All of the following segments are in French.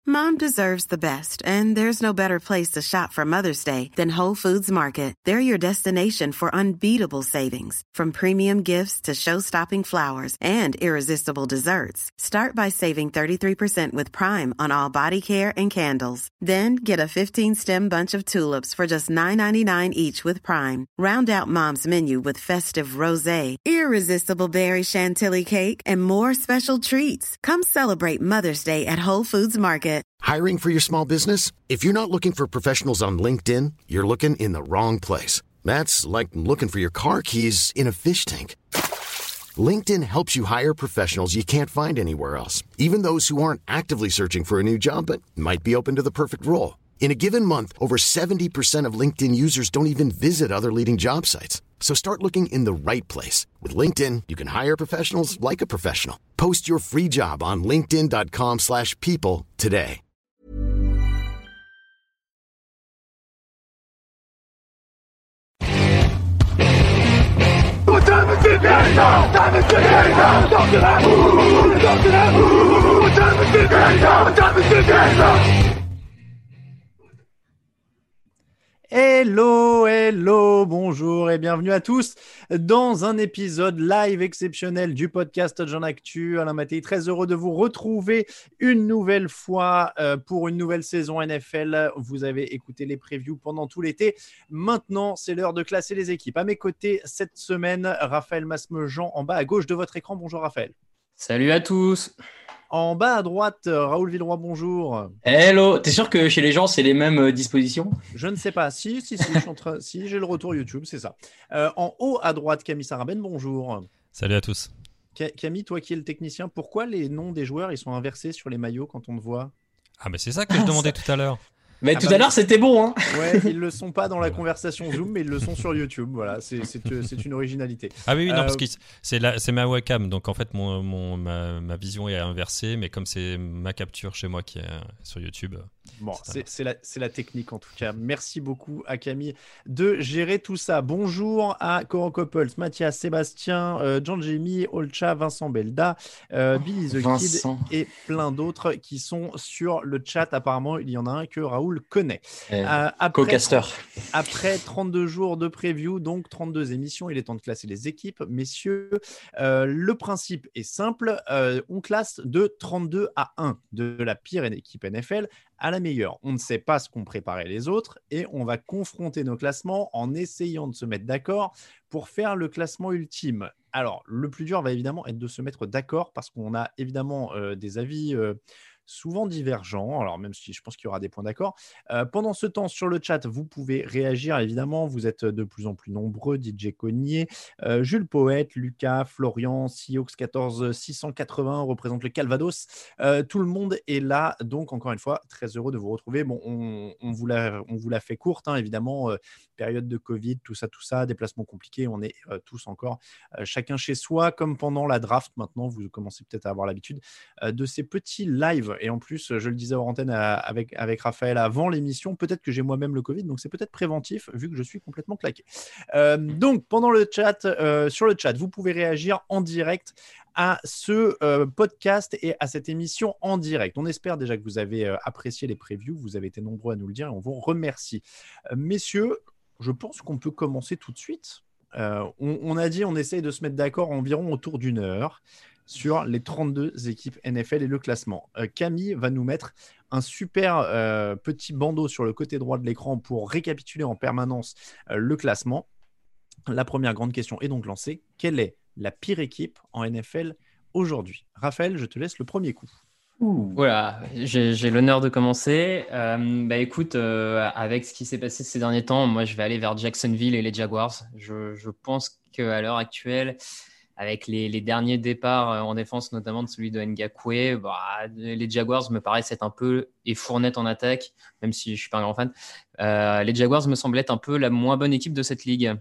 Mom deserves the best, and there's no better place to shop for Mother's Day than Whole Foods Market. They're your destination for unbeatable savings, from premium gifts to show-stopping flowers and irresistible desserts. Start by saving 33% with Prime on all body care and candles. Then get a 15-stem bunch of tulips for just $9.99 each with Prime. Round out Mom's menu with festive rosé, irresistible berry chantilly cake, and more special treats. Come celebrate Mother's Day at Whole Foods Market. Hiring for your small business? If you're not looking for professionals on LinkedIn, you're looking in the wrong place. That's like looking for your car keys in a fish tank. LinkedIn helps you hire professionals you can't find anywhere else, even those who aren't actively searching for a new job but might be open to the perfect role. In a given month, over 70% of LinkedIn users don't even visit other leading job sites. So start looking in the right place. With LinkedIn, you can hire professionals like a professional. Post your free job on linkedin.com/people today. Hello, bonjour et bienvenue à tous dans un épisode live exceptionnel du podcast Jean Actu. Alain Mattei, très heureux de vous retrouver une nouvelle fois pour une nouvelle saison NFL. Vous avez écouté les previews pendant tout l'été. Maintenant, c'est l'heure de classer les équipes. À mes côtés cette semaine, Raphaël Masmejean en bas à gauche de votre écran. Bonjour Raphaël. Salut à tous. En bas à droite, Raoul Villeroy, bonjour. Hello, t'es sûr que chez les gens, c'est les mêmes dispositions ? Je ne sais pas. Si, je suis si, j'ai le retour YouTube, c'est ça. En haut à droite, Camille Sarabène, bonjour. Salut à tous. Camille, toi qui es le technicien, pourquoi les noms des joueurs ils sont inversés sur les maillots quand on te voit ? Ah, mais c'est ça que je demandais tout à l'heure. Mais tout à l'heure, c'était bon, hein. Ouais, ils le sont pas dans la conversation Zoom, mais ils le sont sur YouTube. Voilà, c'est une originalité. Ah oui, non, parce que c'est ma webcam, donc en fait ma vision est inversée, mais comme c'est ma capture chez moi qui est sur YouTube. Bon, c'est la technique en tout cas. Merci beaucoup à Camille de gérer tout ça. Bonjour à Coran Coppels, Mathias, Sébastien, John Jamie, Olcha, Vincent Belda, Billy the Kid et plein d'autres qui sont sur le chat. Apparemment, il y en a un que Raoul connaît. Après 32 jours de preview, donc 32 émissions, il est temps de classer les équipes. Messieurs, le principe est simple. On classe de 32 à 1 de la pire équipe NFL à la meilleure. On ne sait pas ce qu'ont préparé les autres et on va confronter nos classements en essayant de se mettre d'accord pour faire le classement ultime. Alors, le plus dur va évidemment être de se mettre d'accord parce qu'on a évidemment des avis souvent divergents, alors même si je pense qu'il y aura des points d'accord. Pendant ce temps, sur le chat, vous pouvez réagir, évidemment. Vous êtes de plus en plus nombreux. DJ Cognier, Jules Poète, Lucas, Florian, Siox 14 680 représente le Calvados. Tout le monde est là, donc encore une fois, très heureux de vous retrouver. Bon, on vous l'a fait courte, hein, évidemment. Période de Covid, tout ça, déplacements compliqués. On est tous encore chacun chez soi, comme pendant la draft. Maintenant, vous commencez peut-être à avoir l'habitude de ces petits lives. Et en plus, je le disais hors antenne avec Raphaël avant l'émission, peut-être que j'ai moi-même le Covid, donc c'est peut-être préventif vu que je suis complètement claqué. Donc, pendant le chat, sur le chat, vous pouvez réagir en direct à ce podcast et à cette émission en direct. On espère déjà que vous avez apprécié les previews, vous avez été nombreux à nous le dire et on vous remercie. Messieurs, je pense qu'on peut commencer tout de suite. On a dit on essaye de se mettre d'accord environ autour d'une heure sur les 32 équipes NFL et le classement. Camille va nous mettre un super petit bandeau sur le côté droit de l'écran pour récapituler en permanence le classement. La première grande question est donc lancée. Quelle est la pire équipe en NFL aujourd'hui ? Raphaël, je te laisse le premier coup. Voilà, j'ai l'honneur de commencer. Écoute, avec ce qui s'est passé ces derniers temps, moi je vais aller vers Jacksonville et les Jaguars. Je pense qu'à l'heure actuelle, avec les derniers départs en défense, notamment de celui de Ngakoue, les Jaguars me paraissent être un peu et fournettes en attaque, même si je ne suis pas un grand fan. Les Jaguars me semblent être un peu la moins bonne équipe de cette ligue.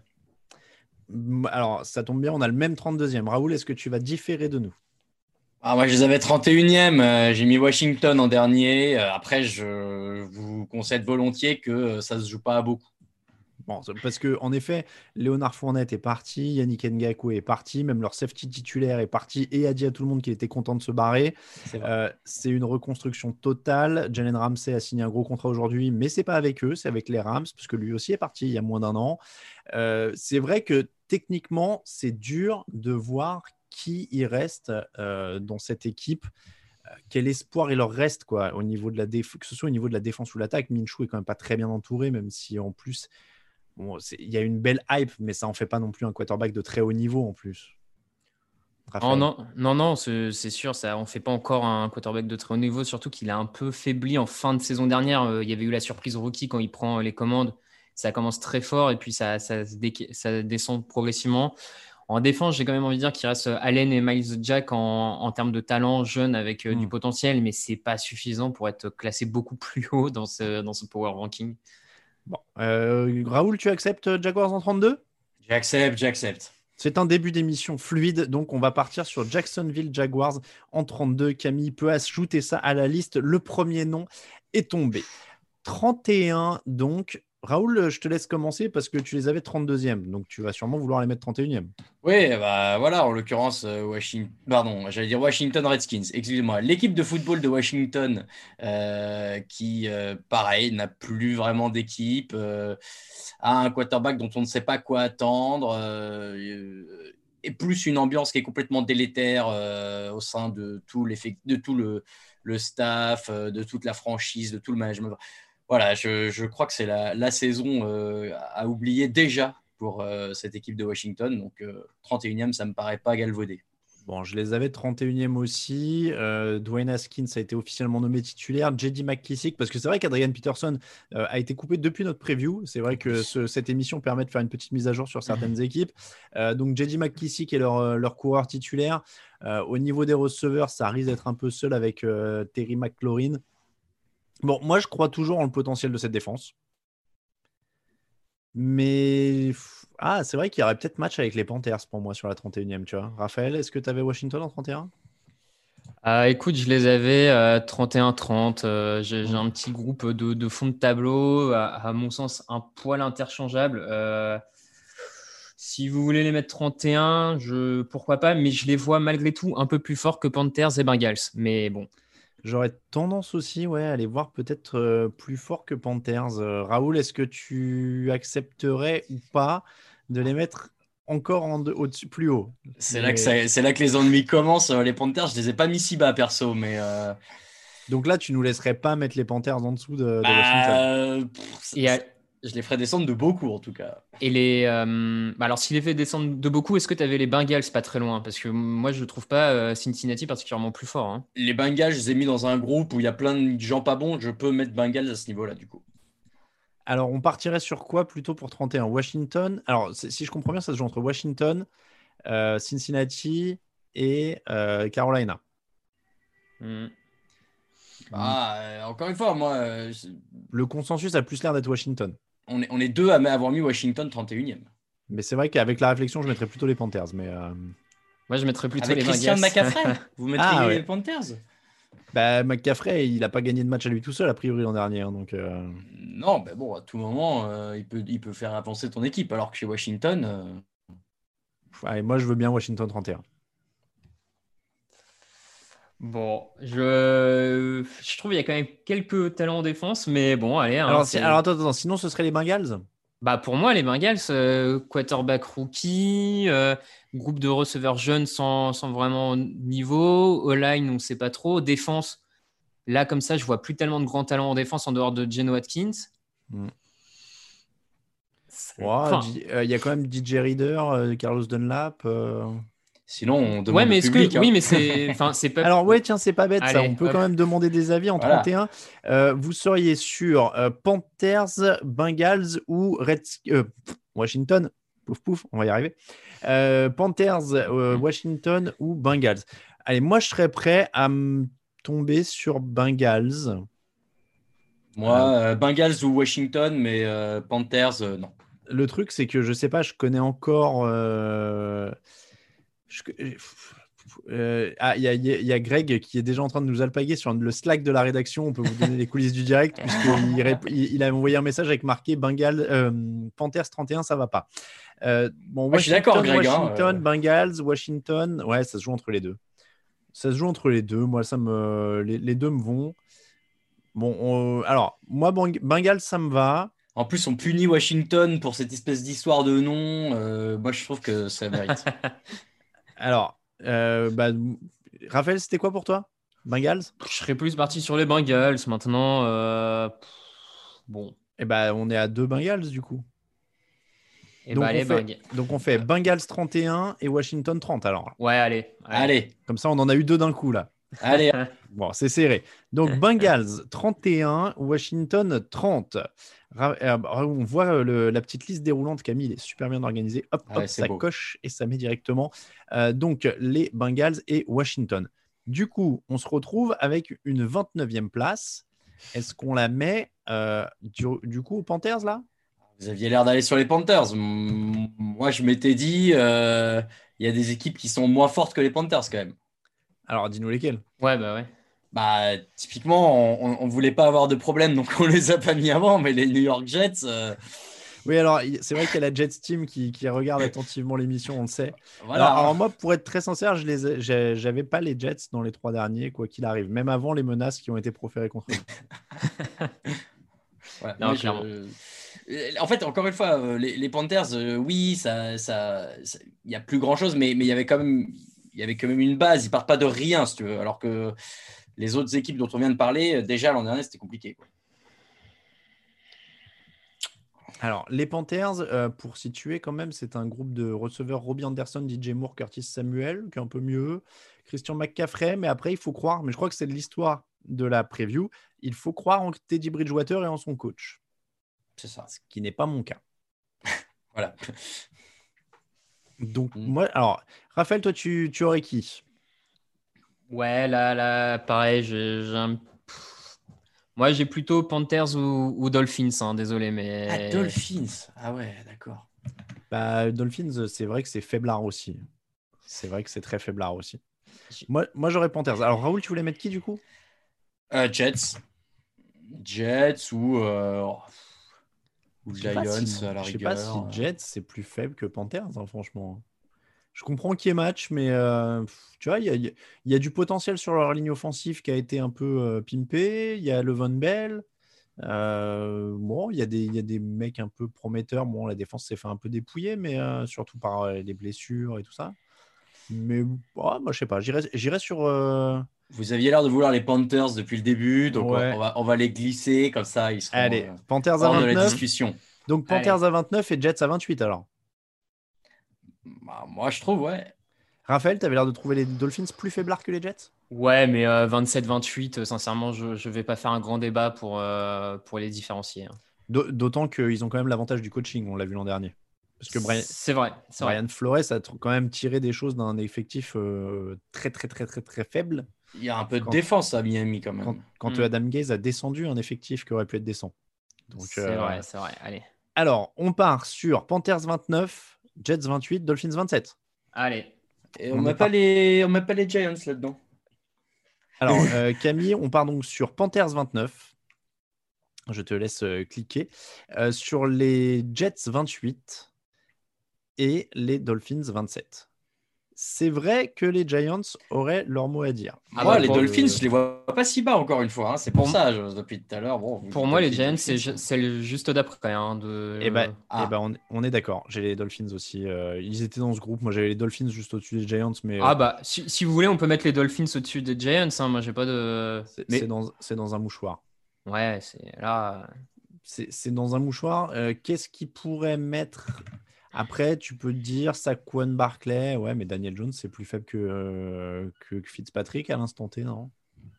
Alors, ça tombe bien, on a le même 32e. Raoul, est-ce que tu vas différer de nous ? Moi, je les avais 31e. J'ai mis Washington en dernier. Après, je vous concède volontiers que ça ne se joue pas à beaucoup. Bon, parce que en effet, Léonard Fournette est parti, Yannick Ngakoue est parti, même leur safety titulaire est parti et a dit à tout le monde qu'il était content de se barrer. C'est une reconstruction totale. Jalen Ramsey a signé un gros contrat aujourd'hui, mais c'est pas avec eux, c'est avec les Rams, parce que lui aussi est parti il y a moins d'un an. C'est vrai que techniquement, c'est dur de voir qui y reste dans cette équipe. Quel espoir il leur reste, quoi, au niveau de la que ce soit au niveau de la défense ou l'attaque. Minshew est quand même pas très bien entouré, même si en plus, bon, il y a une belle hype, mais ça en fait pas non plus un quarterback de très haut niveau en plus. Oh non, c'est sûr, ça, on ne fait pas encore un quarterback de très haut niveau, surtout qu'il a un peu faibli en fin de saison dernière. Il y avait eu la surprise rookie quand il prend les commandes. Ça commence très fort et puis ça descend progressivement. En défense, j'ai quand même envie de dire qu'il reste Allen et Miles Jack en termes de talent jeune avec du potentiel, mais ce n'est pas suffisant pour être classé beaucoup plus haut dans ce power ranking. Bon. Raoul, tu acceptes Jaguars en 32 ? J'accepte. C'est un début d'émission fluide, donc on va partir sur Jacksonville Jaguars en 32. Camille peut ajouter ça à la liste. Le premier nom est tombé. 31, donc. Raoul, je te laisse commencer parce que tu les avais 32e, donc tu vas sûrement vouloir les mettre 31e. Oui, bah voilà, en l'occurrence, Washington Redskins, excusez-moi. L'équipe de football de Washington qui, pareil, n'a plus vraiment d'équipe, a un quarterback dont on ne sait pas quoi attendre, et plus une ambiance qui est complètement délétère au sein de tout le staff, de toute la franchise, de tout le management. Voilà, je crois que c'est la saison à oublier déjà pour cette équipe de Washington. Donc, 31e, ça ne me paraît pas galvaudé. Bon, je les avais 31e aussi. Dwayne Haskins a été officiellement nommé titulaire. J.D. McKissic, parce que c'est vrai qu'Adrian Peterson a été coupé depuis notre preview. C'est vrai que cette émission permet de faire une petite mise à jour sur certaines équipes. Donc, J.D. McKissic est leur coureur titulaire. Au niveau des receveurs, ça risque d'être un peu seul avec Terry McLaurin. Bon, moi, je crois toujours en le potentiel de cette défense. Mais c'est vrai qu'il y aurait peut-être match avec les Panthers pour moi sur la 31e, tu vois. Raphaël, est-ce que tu avais Washington en 31 ? Écoute, je les avais 31-30. J'ai un petit groupe de fond de tableau, à mon sens, un poil interchangeable. Si vous voulez les mettre 31, pourquoi pas, mais je les vois malgré tout un peu plus forts que Panthers et Bengals. Mais bon. J'aurais tendance aussi à les voir peut-être plus forts que Panthers. Raoul, est-ce que tu accepterais ou pas de les mettre encore au-dessus, plus haut ? C'est là que les ennuis commencent. Les Panthers, je les ai pas mis si bas perso, mais donc là, tu nous laisserais pas mettre les Panthers en dessous de Washington. Je les ferais descendre de beaucoup en tout cas. Et alors, s'il les fait descendre de beaucoup, est-ce que tu avais les Bengals pas très loin ? Parce que moi, je ne trouve pas Cincinnati particulièrement plus fort. Hein. Les Bengals, je les ai mis dans un groupe où il y a plein de gens pas bons. Je peux mettre Bengals à ce niveau-là, du coup. Alors, on partirait sur quoi plutôt pour 31 ? Washington. Alors, si je comprends bien, ça se joue entre Washington, Cincinnati et Carolina. Encore une fois, moi... Le consensus a plus l'air d'être Washington. On est deux à avoir mis Washington 31e. Mais c'est vrai qu'avec la réflexion, je mettrais plutôt les Panthers. Mais moi, je mettrais plutôt avec les Christian Bengals. McCaffrey, vous mettriez les Panthers ? McCaffrey, il n'a pas gagné de match à lui tout seul, a priori, l'an dernier. Donc, non, mais bon, à tout moment, il peut faire avancer ton équipe. Alors que chez Washington... Allez, moi, je veux bien Washington 31. Bon, je trouve qu'il y a quand même quelques talents en défense, mais bon, allez. Alors, attends, sinon, ce serait les Bengals ? Pour moi, les Bengals, quarterback rookie, groupe de receveurs jeunes sans vraiment niveau, O-line, on ne sait pas trop, défense, là, comme ça, je vois plus tellement de grands talents en défense en dehors de Geno Atkins. Il y a quand même DJ Reader, Carlos Dunlap. Sinon, on demande mais au public. Oui, mais c'est pas... Alors, tiens, c'est pas bête. Allez, ça. On peut quand même demander des avis en 31. Vous seriez sur Panthers, Bengals ou Washington. Pouf, on va y arriver. Panthers, Washington ou Bengals. Allez, moi, je serais prêt à tomber sur Bengals. Moi, Bengals ou Washington, mais Panthers, non. Le truc, c'est que je sais pas, je connais encore... y a Greg qui est déjà en train de nous alpaguer sur le Slack de la rédaction. On peut vous donner les coulisses du direct puisqu'il a envoyé un message avec marqué Panthers 31, ça va pas. Bon, je suis d'accord, Greg. Washington, Bengals, Washington. Ouais, ça se joue entre les deux. Moi, les deux me vont. Bon, alors, moi, Bengals, ça me va. En plus, on punit Washington pour cette espèce d'histoire de nom. Moi, je trouve que ça mérite. Alors, Raphaël, c'était quoi pour toi? Bengals? Je serais plus parti sur les Bengals maintenant. Bon. Eh ben, on est à 2 Bengals du coup. Donc on fait Bengals 31 et Washington 30 alors. Ouais, allez. Comme ça, on en a eu 2 d'un coup là. Allez. Bon, c'est serré. Donc Bengals 31, Washington 30. On voit la petite liste déroulante. Camille est super bien organisée. Hop, ça coche et ça met directement. Donc les Bengals et Washington. Du coup, on se retrouve avec une 29e place. Est-ce qu'on la met du coup aux Panthers là? Vous aviez l'air d'aller sur les Panthers. Moi, je m'étais dit, il y a des équipes qui sont moins fortes que les Panthers quand même. Alors, dis-nous lesquelles. Ouais. Bah, typiquement, on voulait pas avoir de problème, donc on les a pas mis avant. Mais les New York Jets. Oui, alors c'est vrai qu'il y a la Jets team qui regarde attentivement l'émission, on le sait. Voilà. Alors moi, pour être très sincère, j'avais pas les Jets dans les 3 derniers, quoi qu'il arrive, même avant les menaces qui ont été proférées contre eux. Ouais, non, en fait, encore une fois, les Panthers, oui, il y a plus grand chose, mais il y avait quand même une base. Ils partent pas de rien, si tu veux. Alors que les autres équipes dont on vient de parler, déjà l'an dernier, c'était compliqué, quoi. Alors, les Panthers, pour situer quand même, c'est un groupe de receveurs Robbie Anderson, DJ Moore, Curtis Samuel, qui est un peu mieux, Christian McCaffrey, mais après, il faut croire, mais je crois que c'est de l'histoire de la preview, il faut croire en Teddy Bridgewater et en son coach. C'est ça. Ce qui n'est pas mon cas. Voilà. Donc, moi, alors, Raphaël, toi, tu aurais qui? Ouais, là, pareil, moi, j'ai plutôt Panthers ou Dolphins, hein, désolé, mais... Ah, Dolphins. Ah ouais, d'accord. Bah, Dolphins, c'est vrai que c'est faiblard aussi. C'est vrai que c'est très faiblard aussi. Moi, j'aurais Panthers. Alors, Raoul, tu voulais mettre qui, du coup? Jets ou Giants, à la rigueur. Je sais pas si Jets, c'est plus faible que Panthers, hein, franchement. Je comprends qu'il y ait match, mais tu vois, il y a du potentiel sur leur ligne offensive qui a été un peu pimpé. Il y a Le'Veon Bell. Bon, il y a des mecs un peu prometteurs. Bon, la défense s'est fait un peu dépouiller, mais surtout par les blessures et tout ça. Mais moi, je sais pas. J'irai sur... Vous aviez l'air de vouloir les Panthers depuis le début, donc ouais. on va les glisser comme ça. Ils seront Allez, Panthers à 29. De la discussion. Donc Panthers à 29 et Jets à 28 alors. Bah, moi, je trouve, ouais. Raphaël, tu avais l'air de trouver les Dolphins plus faiblards que les Jets? Ouais, mais 27-28, sincèrement, je ne vais pas faire un grand débat pour les différencier. Hein. D'autant qu'ils ont quand même l'avantage du coaching, on l'a vu l'an dernier. Parce que c'est vrai. Brian Flores a quand même tiré des choses d'un effectif très, très, très, très, très faible. Il y a un peu de défense à Miami quand même. Quand Adam Gaze a descendu un effectif qui aurait pu être décent. Donc, c'est vrai. Allez. Alors, on part sur Panthers 29, Jets 28, Dolphins 27. Allez. Et on met pas les Giants là-dedans. Alors, Camille, on part donc sur Panthers 29. Je te laisse cliquer. Sur les Jets 28 et les Dolphins 27. C'est vrai que les Giants auraient leur mot à dire. Les Dolphins, je les vois pas si bas encore une fois. Hein. C'est pour ça, depuis tout à l'heure. Bon, pour moi, les Giants, c'est juste d'après. Hein, on est d'accord. J'ai les Dolphins aussi. Ils étaient dans ce groupe. Moi, j'avais les Dolphins juste au-dessus des Giants. Mais, si vous voulez, on peut mettre les Dolphins au-dessus des Giants. Hein. Moi, j'ai pas de. C'est dans un mouchoir. Ouais, c'est là. C'est dans un mouchoir. Qu'est-ce qui pourrait mettre... Après, tu peux te dire Saquon Barkley, ouais, mais Daniel Jones, c'est plus faible que Fitzpatrick à l'instant T, non?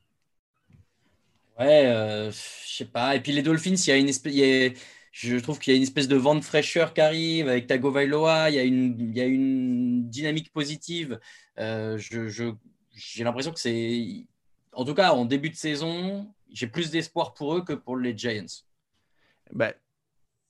Ouais, je sais pas. Et puis les Dolphins, je trouve qu'il y a une espèce de vent de fraîcheur qui arrive avec Tagovailoa. Il y a une dynamique positive. J'ai l'impression que c'est, en tout cas, en début de saison, j'ai plus d'espoir pour eux que pour les Giants.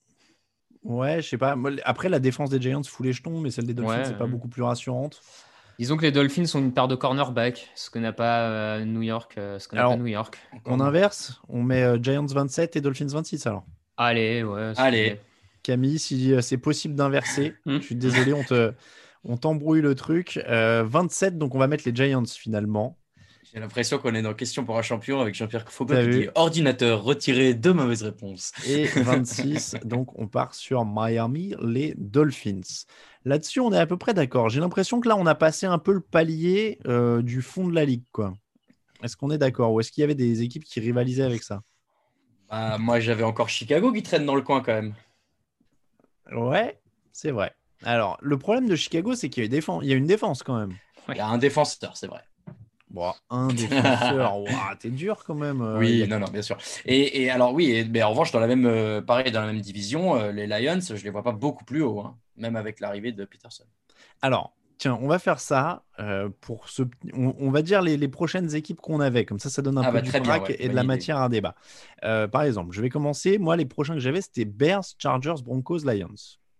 Ouais, je sais pas. Après, la défense des Giants fout les jetons, mais celle des Dolphins, c'est pas beaucoup plus rassurante. Disons que les Dolphins ont une paire de cornerbacks, ce que n'a pas New York. Alors, New York. On inverse, on met Giants 27 et Dolphins 26 alors. Allez, ouais. Allez. Camille, si c'est possible d'inverser, je suis désolé, on t'embrouille le truc. 27, donc on va mettre les Giants finalement. J'ai l'impression qu'on est dans Question pour un champion avec Jean-Pierre Faucon T'as qui vu dit ordinateur, retiré 2 mauvaises réponses. Et 26, donc on part sur Miami, les Dolphins. Là-dessus, on est à peu près d'accord. J'ai l'impression que là, on a passé un peu le palier du fond de la ligue, quoi. Est-ce qu'on est d'accord? Ou est-ce qu'il y avait des équipes qui rivalisaient avec ça? Bah, moi, j'avais encore Chicago qui traîne dans le coin quand même. Ouais, c'est vrai. Alors, le problème de Chicago, c'est qu'il y a une défense quand même. Il y a un défenseur, c'est vrai. Bon, un défenseur, ouah, t'es dur quand même. Oui, non, bien sûr. Et alors, oui, mais en revanche, dans la même, pareil, dans la même division, les Lions, je les vois pas beaucoup plus haut, hein, même avec l'arrivée de Peterson. Alors, tiens, on va faire ça pour on va dire les prochaines équipes qu'on avait. Comme ça donne un peu du braque et de la matière à débat. Par exemple, je vais commencer. Moi, les prochains que j'avais, c'était Bears, Chargers, Broncos, Lions.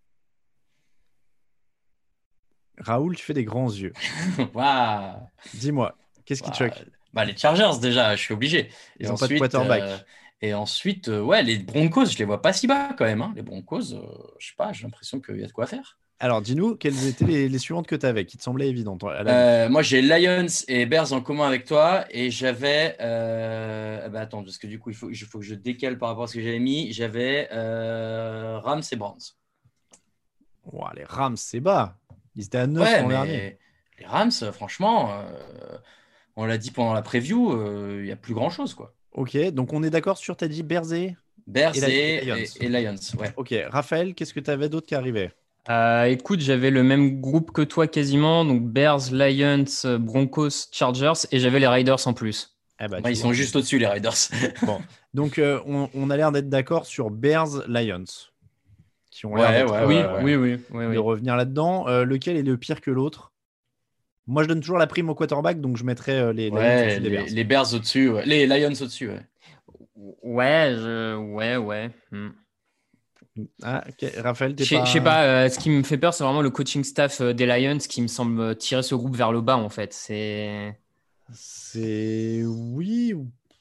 Raoul, tu fais des grands yeux. Waouh. Dis-moi, qu'est-ce qui te choque? Bah, les Chargers, déjà, je suis obligé. Ils n'ont pas de quarterback. Et ensuite, ouais, les Broncos, je les vois pas si bas quand même. Hein. Les Broncos, je sais pas, j'ai l'impression qu'il y a de quoi faire. Alors, dis-nous, quelles étaient les suivantes que tu avais, qui te semblaient évidentes? Moi, j'ai Lions et Bears en commun avec toi. Et j'avais... attends, parce que du coup, il faut que je décale par rapport à ce que j'avais mis. J'avais Rams et Browns. Ouah, les Rams, c'est bas. Ils étaient à 9 l'an dernier. Les Rams, franchement, on l'a dit pendant la preview, il n'y a plus grand-chose, quoi. Ok, donc on est d'accord sur, t'as dit Bears et Lions. Ouais. Ok, Raphaël, qu'est-ce que tu avais d'autre qui arrivait? Écoute, j'avais le même groupe que toi quasiment, donc Bears, Lions, Broncos, Chargers, et j'avais les Raiders en plus. Ils sont juste au-dessus, les Raiders. Bon, donc on a l'air d'être d'accord sur Bears, Lions, qui ont l'air oui, de revenir là-dedans. Lequel est le pire que l'autre? Moi, je donne toujours la prime au quarterback, donc je mettrais les Lions au-dessus des Bears. Les Bears au-dessus, ouais. Les Lions au-dessus, ouais. Ouais. Ah, okay. Raphaël, je sais pas, ce qui me fait peur, c'est vraiment le coaching staff des Lions qui me semble tirer ce groupe vers le bas, en fait. C'est oui.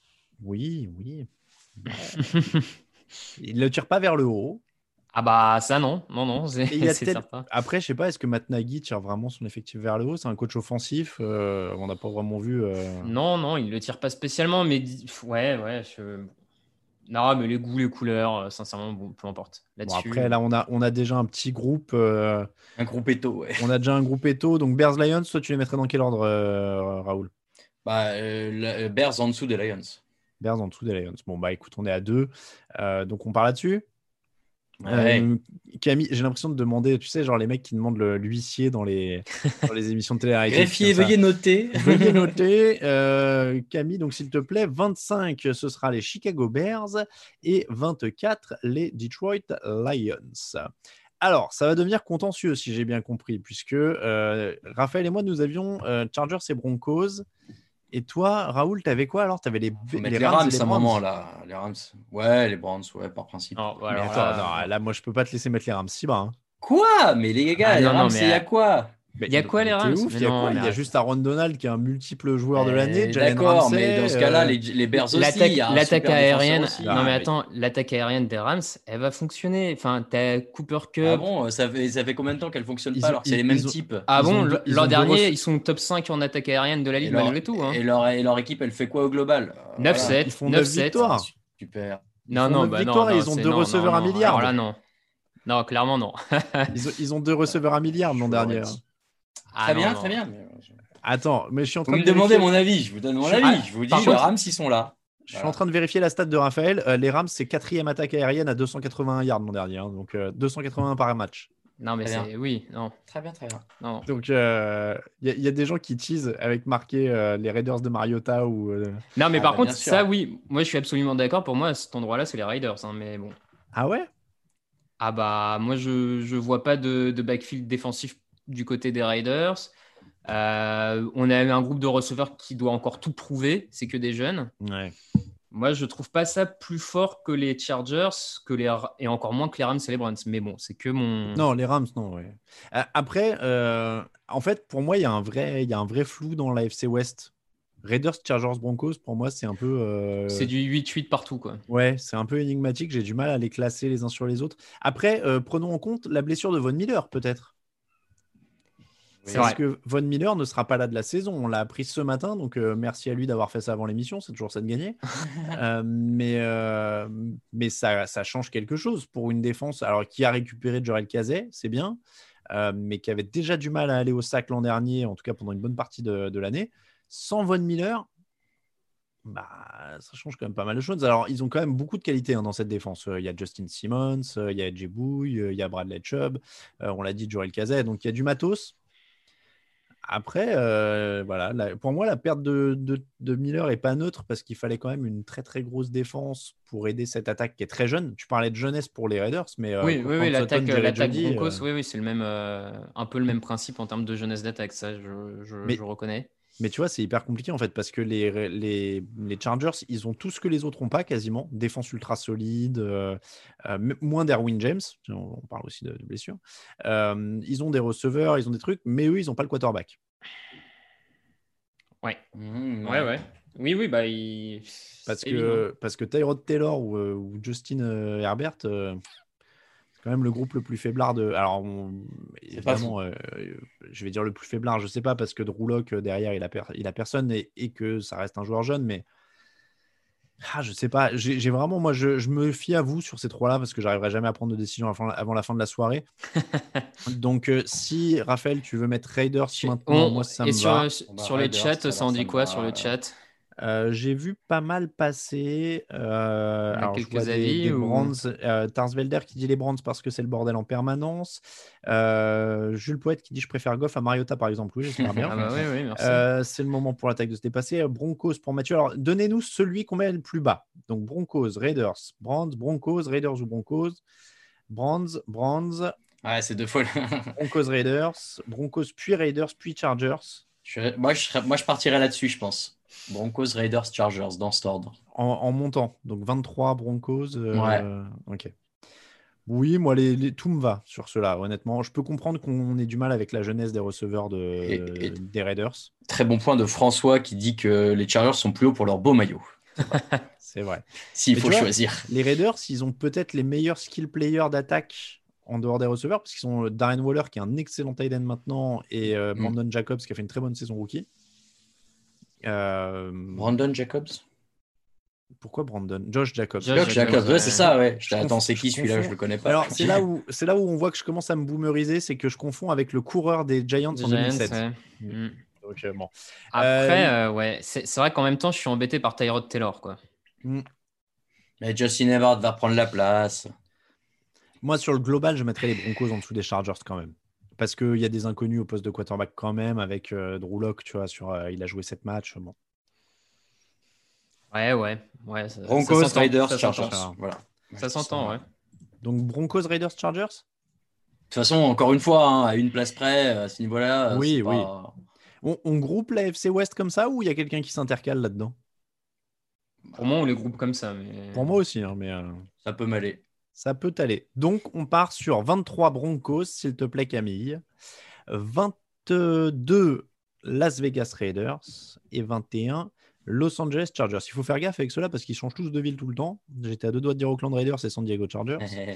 Il ne le tire pas vers le haut. Ah bah ça non, c'est certain. Après, je sais pas, est-ce que Matt Nagy tire vraiment son effectif vers le haut? C'est un coach offensif, on n'a pas vraiment vu. Non, il le tire pas spécialement, mais ouais. Non, mais les goûts, les couleurs, sincèrement, bon, peu importe. Bon, après, là, on a déjà un petit groupe. Un groupe éto, ouais. On a déjà un groupe éto. Donc, Bears Lions, toi, tu les mettrais dans quel ordre, Raoul? Bears en dessous des Lions. Bears en dessous des Lions. Bon, bah écoute, on est à 2. Donc, on part là-dessus. Ouais. Camille, j'ai l'impression de demander, tu sais, genre les mecs qui demandent l'huissier dans les émissions de télé-réalité. Greffier, veuillez noter. Veuillez noter. Camille, donc s'il te plaît, 25, ce sera les Chicago Bears et 24, les Detroit Lions. Alors, ça va devenir contentieux, si j'ai bien compris, puisque Raphaël et moi, nous avions Chargers et Broncos. Et toi, Raoul, t'avais quoi alors? T'avais les Rams à un moment là. Les Rams. Ouais, les Browns, ouais, par principe. Non, mais attends, là, moi, je peux pas te laisser mettre les Rams si bas. Hein. Quoi? Mais les gars, les Rams, il y a quoi? Il y a quoi les Rams? Il y a juste Aaron Donald qui est un multiple joueur de l'année. D'accord, mais dans ce cas-là, les Bears aussi. L'attaque aérienne. Non, mais attends, l'attaque aérienne des Rams, elle va fonctionner. Enfin, t'as Cooper Kupp. Ah bon, ça fait combien de temps qu'elle fonctionne pas alors que c'est les mêmes types? Ah bon, l'an dernier, ils sont top 5 en attaque aérienne de la Ligue malgré tout. Hein. Et leur équipe, elle fait quoi au global? 9-7. Ils font 9 victoires. Super. Non, ils ont 2 receveurs à milliard. Alors là, non, clairement, non. Ils ont 2 receveurs à milliard l'an dernier. Très bien. Attends, mais je suis en train de demander mon avis. Je vous donne mon avis. Je vous dis, les Rams, ils sont là. Je suis en train de vérifier la stat de Raphaël. Les Rams, c'est 4e attaque aérienne à 281 yards l'an dernier. Hein, donc 281 par match. Non, mais c'est... Oui, non. Très bien. Non. Donc, il y a des gens qui teasent avec marqué les Raiders de Mariota ou... Non, mais par contre, ça, oui. Moi, je suis absolument d'accord. Pour moi, à cet endroit-là, c'est les Raiders. Hein, mais bon. Ah ouais? Ah bah, moi, je vois pas de backfield défensif du côté des Raiders. On a un groupe de receveurs qui doit encore tout prouver. C'est que des jeunes. Ouais. Moi, je trouve pas ça plus fort que les Chargers, et encore moins que les Rams et les Browns. Mais bon, c'est que mon. Non, les Rams, non. Ouais. Après, en fait, pour moi, il y a un vrai flou dans la FC West. Raiders, Chargers, Broncos, pour moi, c'est un peu. C'est du 8-8 partout, quoi. Ouais, c'est un peu énigmatique. J'ai du mal à les classer les uns sur les autres. Après, prenons en compte la blessure de Von Miller, peut-être. C'est Parce vrai. que Von Miller ne sera pas là de la saison. On l'a appris ce matin, donc merci à lui d'avoir fait ça avant l'émission. C'est toujours ça de gagner. Mais ça change quelque chose pour une défense. Alors, qui a récupéré Jorel Kazay, c'est bien, mais qui avait déjà du mal à aller au sac l'an dernier, en tout cas pendant une bonne partie de l'année. Sans Von Miller, bah, ça change quand même pas mal de choses. Alors, ils ont quand même beaucoup de qualité dans cette défense. Il y a Justin Simmons, il y a Jay Bouye, il y a Bradley Chubb, on l'a dit, Jorel Kazay. Donc, il y a du matos. Après, voilà, pour moi, la perte de Miller n'est pas neutre parce qu'il fallait quand même une très très grosse défense pour aider cette attaque qui est très jeune. Tu parlais de jeunesse pour les Raiders, mais Oui, l'attaque Jeudy, Broncos, oui, c'est le même, un peu le même principe en termes de jeunesse d'attaque, ça, je reconnais. Mais tu vois, c'est hyper compliqué en fait parce que les Chargers, ils ont tout ce que les autres n'ont pas quasiment. Défense ultra solide, moins d'Erwin James, on parle aussi de blessures. Ils ont des receveurs, ils ont des trucs, mais eux, ils n'ont pas le quarterback. Ouais. Ouais. Oui, bah, Parce c'est évident. que Tyrod Taylor ou Justin Herbert, c'est quand même le groupe le plus faiblard de. Alors, C'est pas évidemment, je vais dire le plus faiblard, je sais pas, parce que Drew Lock derrière, il a personne et que ça reste un joueur jeune, mais je sais pas. J'ai vraiment, moi, je me fie à vous sur ces trois-là parce que j'arriverai jamais à prendre de décision avant la fin de la soirée. Donc, si Raphaël, tu veux mettre Raiders maintenant, moi, ça me va. Sur le chat, ça en dit quoi sur le chat? J'ai vu pas mal passer. Alors, je vois quelques avis des ou... Brands. Tarsvelder qui dit les Brands parce que c'est le bordel en permanence. Jules Poète qui dit je préfère Goff à Mariota, par exemple. Oui, j'espère bien. Ah bah oui, merci. C'est le moment pour l'attaque de se dépasser. Broncos pour Mathieu. Alors, donnez-nous celui qu'on met le plus bas. Donc, Broncos, Raiders, Brands, Broncos, Raiders ou Broncos. Brands. Ouais, c'est deux fois. Broncos, Raiders. Broncos, puis Raiders, puis Chargers. Moi, je partirais là-dessus, je pense. Broncos, Raiders, Chargers, dans cet ordre. En montant. Donc 23 Broncos. Ouais. Ok. Oui, moi, tout me va sur cela, honnêtement. Je peux comprendre qu'on ait du mal avec la jeunesse des receveurs des Raiders. Très bon point de François qui dit que les Chargers sont plus hauts pour leur beau maillot. C'est vrai. S'il Mais faut tu vois, choisir. Les Raiders, ils ont peut-être les meilleurs skill players d'attaque en dehors des receveurs, parce qu'ils ont Darren Waller qui est un excellent tight end maintenant et Brandon Jacobs qui a fait une très bonne saison rookie. Brandon Jacobs. Pourquoi Brandon? Josh Jacobs. Josh Jacobs, ouais, c'est ça, ouais. Attends, c'est qui je celui-là? confonds. Je le connais pas. Alors, c'est là où on voit que je commence à me boomeriser, c'est que je confonds avec le coureur des Giants en 2007. Ouais. Donc, bon. Après, ouais, c'est vrai qu'en même temps, je suis embêté par Tyrod Taylor, quoi. Mais Justin Herbert va prendre la place. Moi, sur le global, je mettrais les Broncos en dessous des Chargers quand même. Parce qu'il y a des inconnus au poste de quarterback quand même, avec Drew Lock, tu vois, il a joué 7 matchs. Bon. Ouais. Broncos, Raiders, Chargers. Voilà. Ça s'entend, ouais. Donc, Broncos, Raiders, Chargers? De toute façon, encore une fois, à une place près, à ce niveau-là. Oui. Pas... On groupe la FC West comme ça ou il y a quelqu'un qui s'intercale là-dedans? Pour moi, on les groupe comme ça. Mais... Pour moi aussi, hein, mais ça peut m'aller. Ça peut aller. Donc, on part sur 23 Broncos, s'il te plaît, Camille. 22 Las Vegas Raiders et 21 Los Angeles Chargers. Il faut faire gaffe avec cela parce qu'ils changent tous de ville tout le temps. J'étais à deux doigts de dire Oakland Raiders et San Diego Chargers.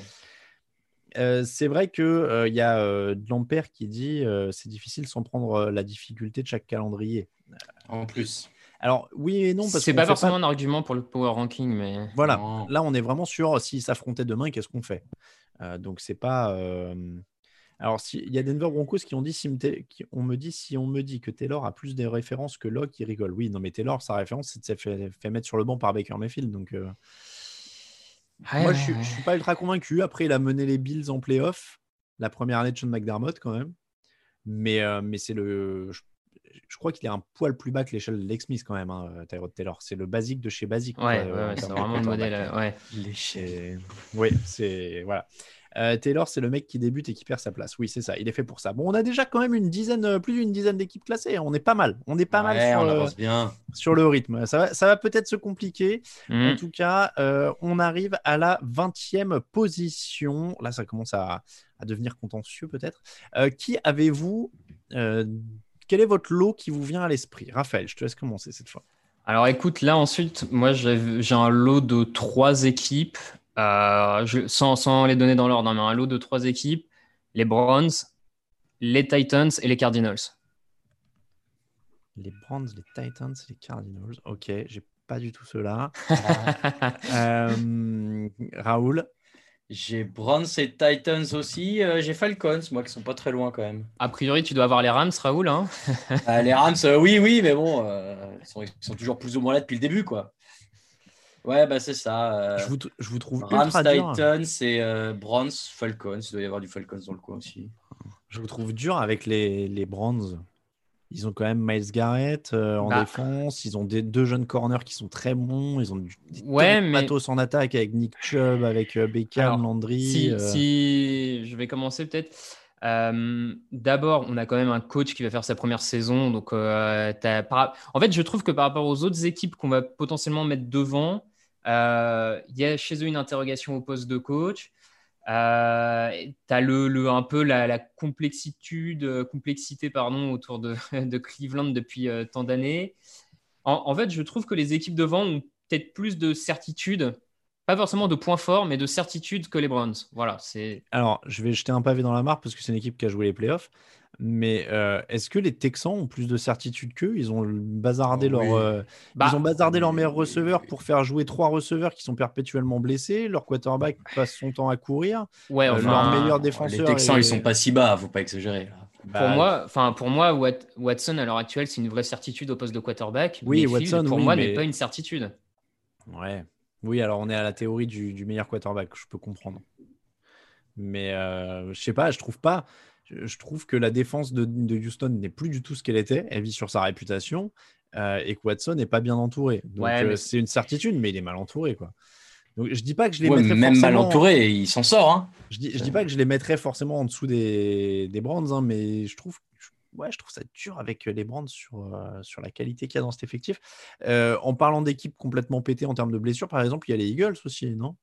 C'est vrai qu'il y a Lampert qui dit c'est difficile sans prendre la difficulté de chaque calendrier. En plus. Alors, oui et non. C'est pas forcément un argument pour le power ranking, mais... Voilà. Non. Là, on est vraiment sur s'ils s'affrontaient demain, qu'est-ce qu'on fait? Donc, c'est pas... Alors, il y a Denver Broncos qui ont dit si on me dit que Taylor a plus de références que Locke, il rigole. Oui, non, mais Taylor, sa référence, c'est de se fait mettre sur le banc par Baker Mayfield. Donc, moi, je suis pas ultra convaincu. Après, il a mené les Bills en playoff la première année de Sean McDermott, quand même. Mais c'est le... Je crois qu'il est un poil plus bas que l'échelle de Lex Smith quand même, hein, Tyrod Taylor. C'est le basique de chez basique. Ouais, c'est vraiment le modèle. Ouais. Oui, c'est... Voilà. Taylor, c'est le mec qui débute et qui perd sa place. Oui, c'est ça. Il est fait pour ça. Bon, on a déjà quand même plus d'une dizaine d'équipes classées. On est pas mal. On est pas mal on avance bien. sur le rythme. Ça va peut-être se compliquer. En tout cas, on arrive à la 20e position. Là, ça commence à devenir contentieux peut-être. Qui avez-vous Quel est votre lot qui vous vient à l'esprit? Raphaël, je te laisse commencer cette fois. Alors écoute, là ensuite, moi j'ai un lot de 3 équipes, sans les donner dans l'ordre, mais un lot de 3 équipes, les Browns, les Titans et les Cardinals. Les Browns, les Titans, les Cardinals. Ok, j'ai pas du tout cela. Raoul? J'ai Browns et Titans aussi. J'ai Falcons, moi, qui sont pas très loin quand même. A priori, tu dois avoir les Rams, Raoul. Hein. Les Rams, oui, mais bon, ils sont toujours plus ou moins là depuis le début, quoi. Ouais, bah c'est ça. Je vous trouve Rams, ultra dur. Titans et Browns, Falcons. Il doit y avoir du Falcons dans le coin aussi. Je vous trouve dur avec les Browns. Ils ont quand même Myles Garrett en défense. Ils ont 2 jeunes corners qui sont très bons. Ils ont des matos en attaque avec Nick Chubb, avec Beckham, Landry. Si je vais commencer peut-être. D'abord, on a quand même un coach qui va faire sa première saison. Donc, en fait, je trouve que par rapport aux autres équipes qu'on va potentiellement mettre devant, il y a chez eux une interrogation au poste de coach. Tu as un peu la complexité autour de Cleveland depuis tant d'années. En fait, je trouve que les équipes devant ont peut-être plus de certitude, pas forcément de points forts, mais de certitude que les Browns. Voilà, Alors, je vais jeter un pavé dans la mare parce que c'est une équipe qui a joué les playoffs. Mais est-ce que les Texans ont plus de certitude qu'eux? Ils ont bazardé ils ont bazardé leur meilleur receveur pour faire jouer 3 receveurs qui sont perpétuellement blessés. Leur quarterback passe son temps à courir. Leur meilleur défenseur. Les Texans, ils sont pas si bas, faut pas exagérer. Pour moi, Watson à l'heure actuelle, c'est une vraie certitude au poste de quarterback. Oui, mais Watson, pour moi, n'est pas une certitude. Ouais. Oui, alors on est à la théorie du meilleur quarterback, je peux comprendre. Mais je sais pas, je trouve pas. Je trouve que la défense de Houston n'est plus du tout ce qu'elle était. Elle vit sur sa réputation et que Watson n'est pas bien entouré. Donc c'est une certitude, mais il est mal entouré, quoi. Donc je dis pas que je les mettrais même forcément... mal entouré, il s'en sort. Hein. Je dis pas que je les mettrais forcément en dessous des Browns, hein, mais je trouve ça dur avec les Browns sur la qualité qu'il y a dans cet effectif. En parlant d'équipes complètement pétées en termes de blessures, par exemple, il y a les Eagles aussi, non?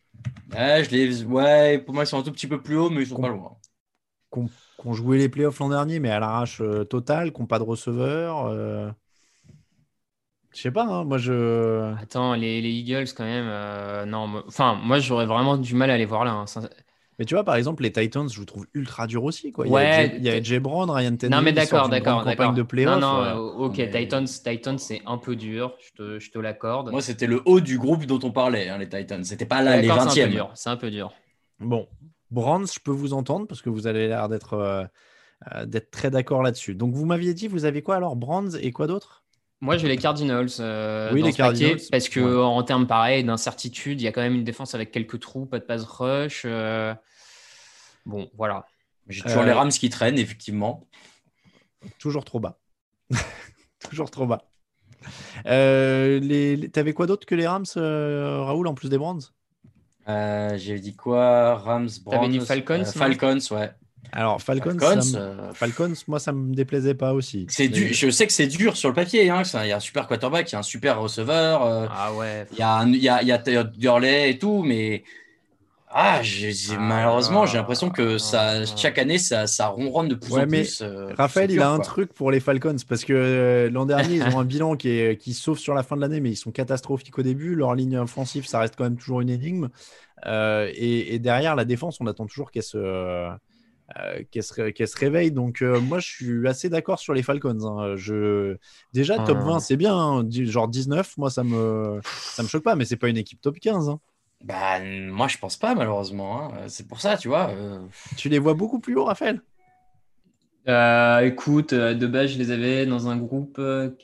Pour moi, ils sont un tout petit peu plus haut, mais ils sont pas loin. Qu'on joué les playoffs l'an dernier, mais à l'arrache totale, qui n'ont pas de receveur. Je sais pas, hein, moi je. Attends, les Eagles, quand même. Non, moi, j'aurais vraiment du mal à les voir là. Hein. Mais tu vois, par exemple, les Titans, je vous trouve ultra dur aussi, quoi. Ouais, il y a Jay Brown, Ryan Tannehill. Non, mais d'accord. Campagne de playoffs. Ok, Titans, c'est un peu dur, je te l'accorde. Moi, c'était le haut du groupe dont on parlait, hein, les Titans. C'était pas là les 20e. C'est un peu dur. Bon, Browns, je peux vous entendre parce que vous avez l'air d'être très d'accord là-dessus. Donc, vous m'aviez dit, vous avez quoi alors? Browns et quoi d'autre? Moi, j'ai les Cardinals les Cardinals, parce que en termes pareil d'incertitude, il y a quand même une défense avec quelques trous, pas de pass rush. Bon, voilà. J'ai toujours les Rams qui traînent, effectivement. Toujours trop bas. Toujours trop bas. T'avais quoi d'autre que les Rams, Raoul, en plus des Browns? J'ai dit quoi? Rams, Browns. T'avais dit Falcons? Falcons, ouais. Alors, Falcons, moi, ça me déplaisait pas aussi. Je sais que c'est dur sur le papier. Hein. Il y a un super quarterback, il y a un super receveur. Il y a Gurley et tout, mais malheureusement, j'ai l'impression que chaque année, ça ronronne de plus en plus. Raphaël, il a un truc pour les Falcons parce que l'an dernier, ils ont un bilan qui sauve sur la fin de l'année, mais ils sont catastrophiques au début. Leur ligne offensive, ça reste quand même toujours une énigme. Et derrière, la défense, on attend toujours qu'elle se réveille. Donc moi je suis assez d'accord sur les Falcons, hein. Déjà top 20 c'est bien, hein. Genre 19 moi ça me choque pas, mais c'est pas une équipe top 15, hein. Moi je pense pas malheureusement, hein. C'est pour ça, tu vois. Tu les vois beaucoup plus haut, Raphaël? Écoute, de base je les avais dans un groupe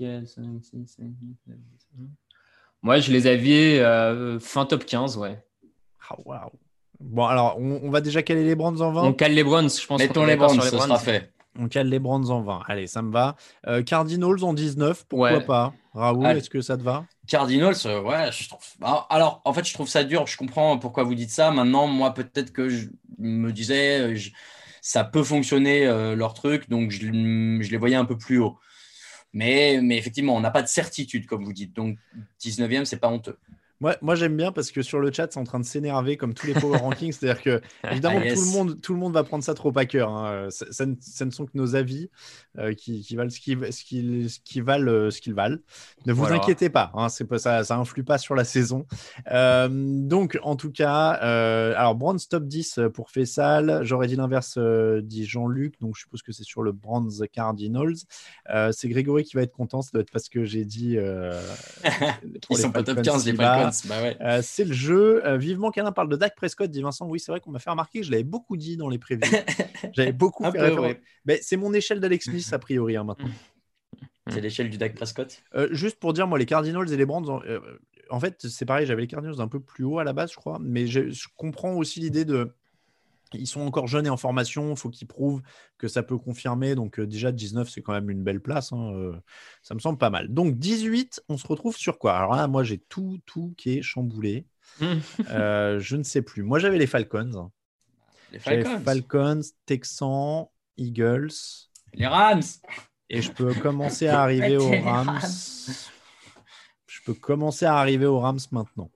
moi je les avais fin top 15, ouais. Waouh. Bon, alors, on va déjà caler les Browns en 20. On cale les Browns, je pense. Mettons les Browns, ça sera fait. On cale les Browns en 20. Allez, ça me va. Cardinals en 19, pourquoi pas? Raoul, est-ce que ça te va? Cardinals, ouais, je trouve. Alors, en fait, je trouve ça dur. Je comprends pourquoi vous dites ça. Maintenant, moi, peut-être que me disais, ça peut fonctionner leur truc, donc je les voyais un peu plus haut. Mais effectivement, on n'a pas de certitude, comme vous dites. Donc, 19e, c'est pas honteux. Moi, j'aime bien parce que sur le chat, c'est en train de s'énerver comme tous les power rankings. C'est-à-dire que, évidemment, yes. tout le monde va prendre ça trop à cœur. Hein. Ça ne sont que nos avis qui valent ce qu'ils valent. Ne vous inquiétez pas, hein, c'est pas ça influe pas sur la saison. Donc, en tout cas, alors Bronze top 10 pour Fessal. J'aurais dit l'inverse, dit Jean-Luc. Donc, je suppose que c'est sur le Bronze Cardinals. C'est Grégory qui va être content. Ça doit être parce que j'ai dit. Ils sont pas top 15, les Falcons. Bah ouais. C'est le jeu. Vivement qu'Alain parle de Dak Prescott, dit Vincent. Oui, c'est vrai qu'on m'a fait remarquer que je l'avais beaucoup dit dans les previews. J'avais beaucoup fait référence. Ouais. Mais c'est mon échelle d'Alex Smith, a priori, hein, maintenant. C'est l'échelle du Dak Prescott. Juste pour dire, moi, les Cardinals et les Browns, en fait, c'est pareil, j'avais les Cardinals un peu plus haut à la base, je crois. Mais je comprends aussi l'idée de. Ils sont encore jeunes et en formation, il faut qu'ils prouvent que ça peut confirmer. Donc déjà, 19, c'est quand même une belle place. Hein. Ça me semble pas mal. Donc 18, on se retrouve sur quoi? Alors là, moi, j'ai tout qui est chamboulé. Je ne sais plus. Moi, j'avais les Falcons. J'avais Falcons, Texans, Eagles. Les Rams. Et je peux commencer à arriver aux Rams. Je peux commencer à arriver aux Rams maintenant.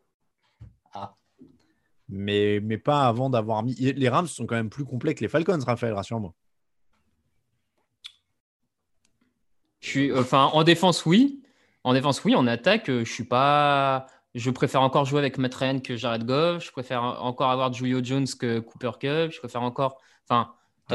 Mais pas avant d'avoir mis. Les Rams sont quand même plus complets que les Falcons, Raphaël, rassure-moi. En défense, oui. En attaque, je suis pas. Je préfère encore jouer avec Matt Ryan que Jared Goff. Je préfère encore avoir Julio Jones que Cooper Kupp. Je préfère encore. Non.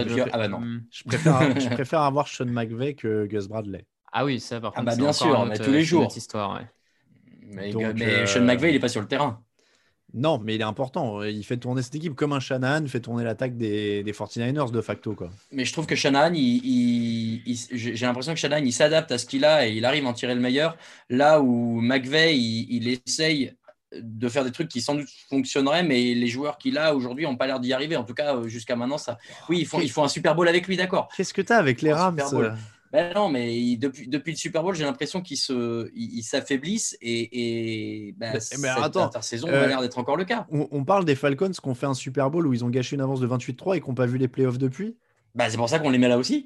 Je préfère avoir Sean McVay que Gus Bradley. Ah oui, ça par contre. Bah bien sûr, mais tous les jours. Histoire, ouais. Mais Sean McVay, il est pas sur le terrain. Non, mais il est important. Il fait tourner cette équipe comme un Shanahan fait tourner l'attaque des 49ers de facto, quoi. Mais je trouve que Shanahan, j'ai l'impression que Shanahan, il s'adapte à ce qu'il a et il arrive à en tirer le meilleur. Là où McVay, il essaye de faire des trucs qui sans doute fonctionneraient, mais les joueurs qu'il a aujourd'hui n'ont pas l'air d'y arriver. En tout cas, jusqu'à maintenant, ça. Oui, il faut un Super Bowl avec lui, d'accord. Qu'est-ce que tu as avec les Rams? Ben non, mais depuis le Super Bowl, j'ai l'impression qu'ils s'affaiblissent et cette intersaison a l'air d'être encore le cas. On parle des Falcons qui ont fait un Super Bowl où ils ont gâché une avance de 28-3 et qui n'ont pas vu les playoffs depuis. C'est pour ça qu'on les met là aussi.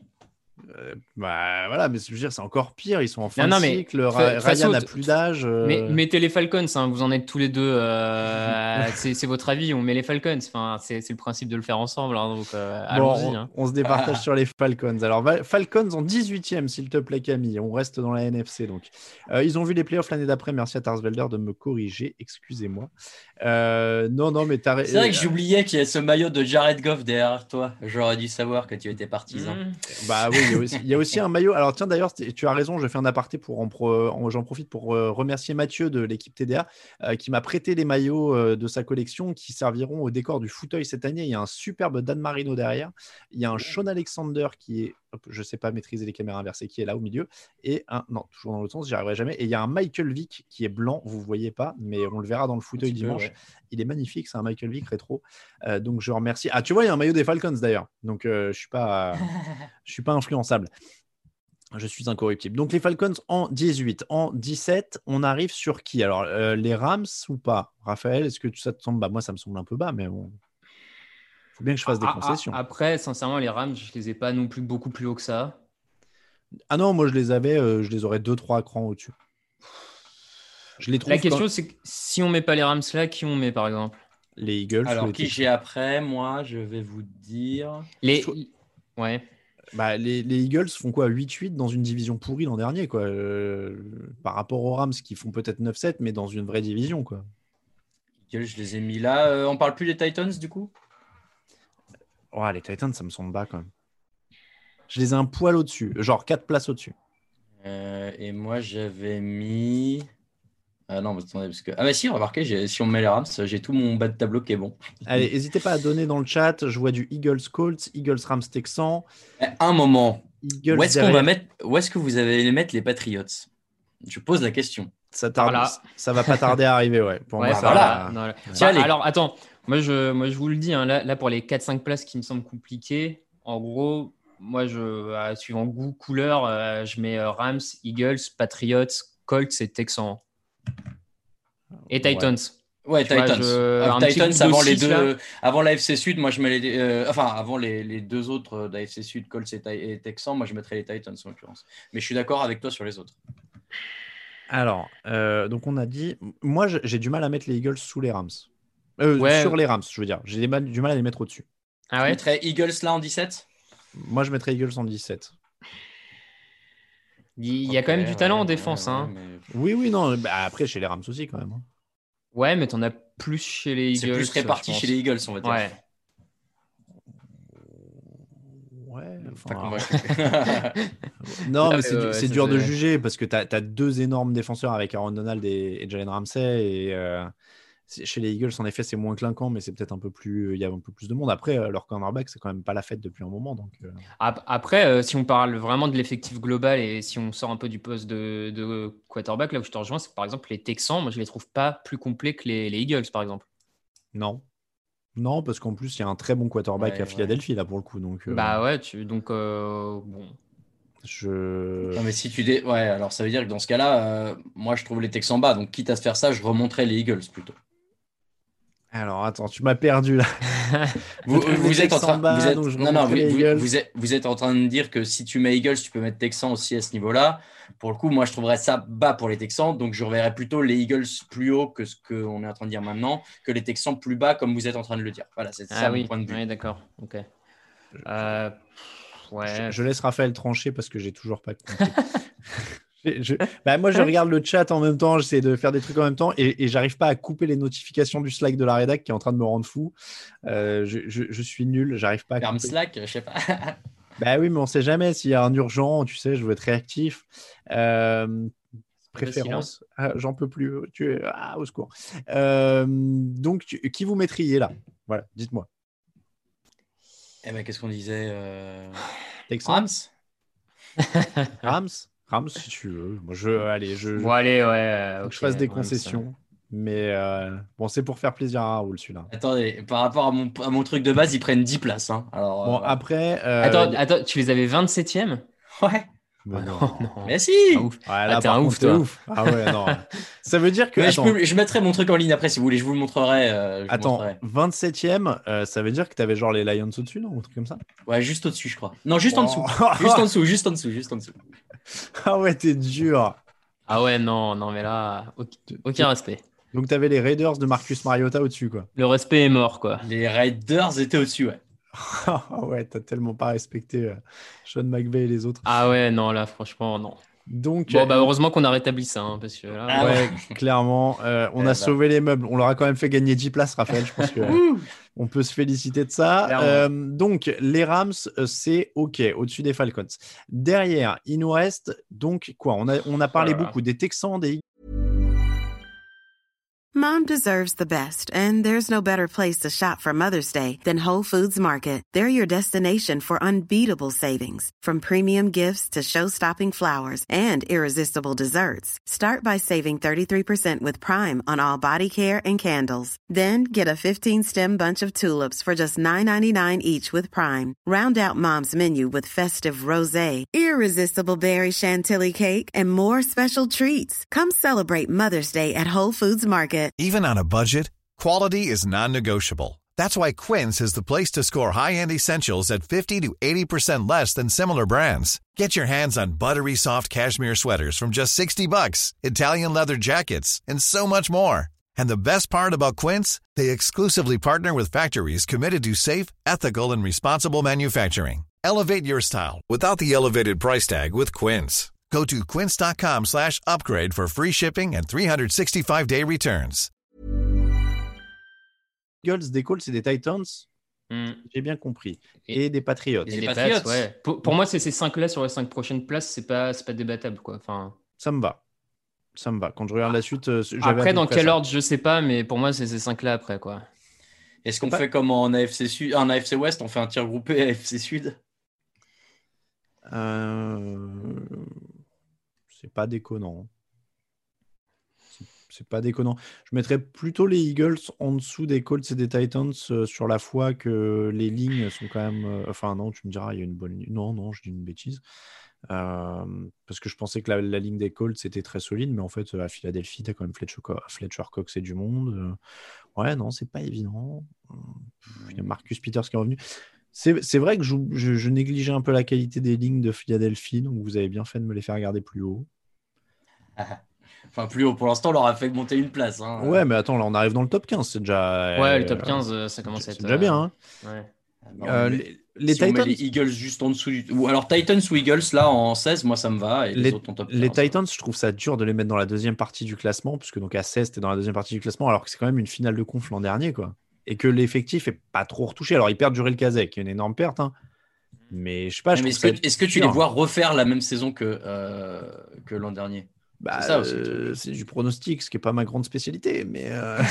Voilà, mais je veux dire, c'est encore pire. Ils sont en fin de cycle. Ryan n'a plus d'âge. Mettez les Falcons, hein, vous en êtes tous les deux. C'est votre avis. On met les Falcons. Enfin, c'est le principe de le faire ensemble. Hein, donc, allons-y. On se départage sur les Falcons. Alors, Falcons en 18e, s'il te plaît, Camille. On reste dans la NFC. Donc, ils ont vu les playoffs l'année d'après. Merci à Tarsvelder de me corriger. Excusez-moi. Non, mais t'as. C'est vrai que j'oubliais qu'il y a ce maillot de Jared Goff derrière toi. J'aurais dû savoir que tu étais partisan. Bah oui. Il y a aussi un maillot. Alors tiens, d'ailleurs, tu as raison, je fais un aparté j'en profite pour remercier Mathieu de l'équipe TDA qui m'a prêté les maillots de sa collection qui serviront au décor du fauteuil cette année. Il y a un superbe Dan Marino derrière. Il y a un Sean Alexander qui est, je ne sais pas maîtriser les caméras inversées, qui est là au milieu. Et non, toujours dans l'autre sens, j'y arriverai jamais. Et il y a un Michael Vick qui est blanc, vous ne voyez pas, mais on le verra dans le fauteuil dimanche. Ouais. Il est magnifique, c'est un Michael Vick rétro. Donc je remercie. Ah, tu vois, il y a un maillot des Falcons d'ailleurs. Donc je suis pas influençable. Je suis incorruptible. Donc les Falcons en 18. En 17, on arrive sur qui? Alors les Rams ou pas? Raphaël, est-ce que ça te semble bas? Moi, ça me semble un peu bas, mais bon. Faut bien que je fasse des concessions. Après, sincèrement, les Rams, je les ai pas non plus beaucoup plus haut que ça. Ah non, moi je les aurais 2-3 crans au-dessus. Je les trouve. La question, c'est que si on met pas les Rams là, qui on met par exemple? Les Eagles. Alors qui j'ai après? Moi, je vais vous dire. Ouais. Les Eagles font quoi? 8-8 dans une division pourrie l'an dernier, quoi. Par rapport aux Rams qui font peut-être 9-7, mais dans une vraie division, quoi. Eagles, je les ai mis là. On parle plus des Titans, du coup? Les Titans, ça me semble bas, quand même. Je les ai un poil au-dessus, genre 4 places au-dessus. Et moi, j'avais mis... Ah non, attendez, parce que... Ah bah si, remarquez, si on met les Rams, j'ai tout mon bas de tableau qui est bon. Allez, n'hésitez pas à donner dans le chat. Je vois du Eagles Colts, Eagles Rams Texans. Un moment. Où est-ce que vous allez mettre les Patriots? Je pose la question. Ça va pas tarder à arriver, ouais. Pour moi, voilà. Alors, attends. Moi, je vous le dis, hein, là, pour les 4-5 places qui me semblent compliquées, en gros, moi, suivant goût, couleur, je mets Rams, Eagles, Patriots, Colts et Texans. Et Titans. Ouais, Tu vois, Titans. un petit Titans groupe avant de les six, là. deux, avant la FC Sud, moi je mets enfin avant les deux autres de la FC Sud, Colts et Texans, moi je mettrais les Titans en l'occurrence. Mais je suis d'accord avec toi sur les autres. Alors, donc on a dit, moi j'ai du mal à mettre les Eagles sous les Rams. Ouais. Sur les Rams, je veux dire. J'ai du mal à les mettre au-dessus. Ah Tu ouais. mettrais Eagles là en 17? Moi, je mettrais Eagles en 17. Il y a quand même du talent en défense, hein. Mais... Oui, non. Bah, après, chez les Rams aussi, quand même. Hein. Ouais, mais t'en as plus chez les C'est Eagles. plus réparti je pense. chez les Eagles, on va dire. Ouais. Ouais. Pas Enfin, convaincu. non, mais Ouais, c'est ça, dur de c'est- juger parce que tu as deux énormes défenseurs avec Aaron Donald et Jalen Ramsey. Et chez les Eagles, en effet, c'est moins clinquant, mais c'est peut-être un peu plus. Il y a un peu plus de monde. Après, leur cornerback, c'est quand même pas la fête depuis un moment. Donc, Après, si on parle vraiment de l'effectif global et si on sort un peu du poste de quarterback, là où je te rejoins, c'est que par exemple les Texans, moi je les trouve pas plus complets que les Eagles, par exemple. non. Non, parce qu'en plus, il y a un très bon quarterback Ouais, à Philadelphie, là, pour le coup. Donc, Bah ouais, donc bon. je. Non, mais si ouais, alors ça veut dire que dans ce cas-là, moi je trouve les Texans bas, donc quitte à se faire ça, je remonterais les Eagles plutôt. Alors, attends, tu m'as perdu là. Vous êtes en train, donc je non, non, remonterai les Eagles. vous êtes en train de dire que si tu mets Eagles, tu peux mettre Texans aussi à ce niveau-là. Pour le coup, moi je trouverais ça bas pour les Texans, donc je reverrais plutôt les Eagles plus haut que ce qu'on est en train de dire maintenant, que les Texans plus bas comme vous êtes en train de le dire. Voilà, c'est ça Ah mon oui, point de vue. oui, d'accord. Ok. Ouais. Je laisse Raphaël trancher parce que j'ai toujours pas compris. Bah, moi, je regarde le chat en même temps, j'essaie de faire des trucs en même temps et j'arrive pas à couper les notifications du Slack de la rédac qui est en train de me rendre fou. Je suis nul, j'arrive pas à Ferme couper. Slack, je sais pas. Bah oui, mais on sait jamais s'il y a un urgent, tu sais, je veux être réactif. Préférence, j'en peux plus. Au secours. Donc, qui vous mettriez là? Voilà, dites-moi. Eh ben, qu'est-ce qu'on disait Texans? Rams? Rams, si tu veux. Moi, allez, Bon, allez, ouais. faut que Ok, je fasse des Rams, concessions. Mais bon, c'est pour faire plaisir à Raoul, celui-là. Attendez, par rapport à mon truc de base, ils prennent 10 places. Hein. Alors, Bon, après. Attends, tu les avais 27e? Ouais. Mais non. Non. Mais si. Ah, ouf. Ouais, là, t'es par un contre, ouf, t'es toi. ouf. Ah ouais, non. Ça veut dire que. Mais Attends, je mettrai mon truc en ligne après si vous voulez, je vous le montrerai. attends 27e, ça veut dire que t'avais genre les Lions au-dessus, non? Ou un truc comme ça? Ouais, juste au-dessus, je crois. Non, juste Oh. en dessous. Juste en dessous, juste en dessous, juste en dessous. Ah ouais, t'es dur. Ah ouais, non, mais là, aucun respect. Donc, t'avais les Raiders de Marcus Mariota au-dessus, quoi. Le respect est mort, quoi. Les Raiders étaient au-dessus, ouais. Ah ouais, t'as tellement pas respecté Sean McVay et les autres. Ah ouais, non, là, franchement, non. Donc, Bon, bah heureusement qu'on a rétabli ça, hein, parce que là... Ah ouais, clairement, on a sauvé les meubles. On leur a quand même fait gagner 10 places, Raphaël. Je pense que on peut se féliciter de ça. Donc, les Rams, c'est OK, au-dessus des Falcons. Derrière, il nous reste donc quoi? On a parlé beaucoup des Texans, des Mom deserves the best, and there's no better place to shop for Mother's Day than Whole Foods Market. They're your destination for unbeatable savings, from premium gifts to show-stopping flowers and irresistible desserts. Start by saving 33% with Prime on all body care and candles. Then get a 15-stem bunch of tulips for just $9.99 each with Prime. Round out Mom's menu with festive rosé, irresistible berry chantilly cake, and more special treats. Come celebrate Mother's Day at Whole Foods Market. Even on a budget, quality is non-negotiable. That's why Quince is the place to score high-end essentials at 50 to 80% less than similar brands. Get your hands on buttery soft cashmere sweaters from just $60, Italian leather jackets, and so much more. And the best part about Quince, they exclusively partner with factories committed to safe, ethical, and responsible manufacturing. Elevate your style without the elevated price tag with Quince. Go to quince.com/upgrade for free shipping and 365-day returns. Eagles, des Colts et des Titans. J'ai bien compris. Et des Patriots. Et les Patriots. Pats, ouais. Pour moi, c'est ces 5-là sur les 5 prochaines places, c'est pas débattable, quoi. Enfin... Ça me va. Quand je regarde la suite, j'avais Après, à peu dans près quel ça. ordre, je sais pas, mais pour moi, c'est ces 5-là après, quoi. Est-ce qu'on fait comme en AFC Sud, en AFC West, on fait un tir groupé AFC Sud? C'est pas déconnant. C'est pas déconnant. Je mettrais plutôt les Eagles en dessous des Colts et des Titans sur la foi que les lignes sont quand même. Enfin, non, tu me diras, il y a une bonne ligne. Non, je dis une bêtise. Parce que je pensais que la ligne des Colts était très solide, mais en fait, à Philadelphie, tu as quand même Fletcher Cox et du monde. Ouais, non, c'est pas évident. Il y a Marcus Peters qui est revenu. C'est vrai que je négligeais un peu la qualité des lignes de Philadelphie, donc vous avez bien fait de me les faire regarder plus haut. Enfin, plus haut. Pour l'instant, on leur a fait monter une place. Hein. Ouais, mais attends, là, on arrive dans le top 15. C'est déjà. Ouais, le top 15, ça commence à être. C'est déjà bien. Hein. Ouais. Non, les si Titans. on met les Eagles juste en dessous ou alors Titans ou Eagles, là, en 16, moi, ça me va. Et les autres en top 15. Les Titans, je trouve ça dur de les mettre dans la deuxième partie du classement, puisque donc à 16, t'es dans la deuxième partie du classement, alors que c'est quand même une finale de conf l'an dernier, quoi. Et que l'effectif est pas trop retouché. Alors, ils perdent Jurel Kazek, qui est une énorme perte, hein. Mais je sais pas. Est-ce que tu les vois refaire la même saison que l'an dernier? Bah, c'est ça aussi. C'est du pronostic, ce qui est pas ma grande spécialité, mais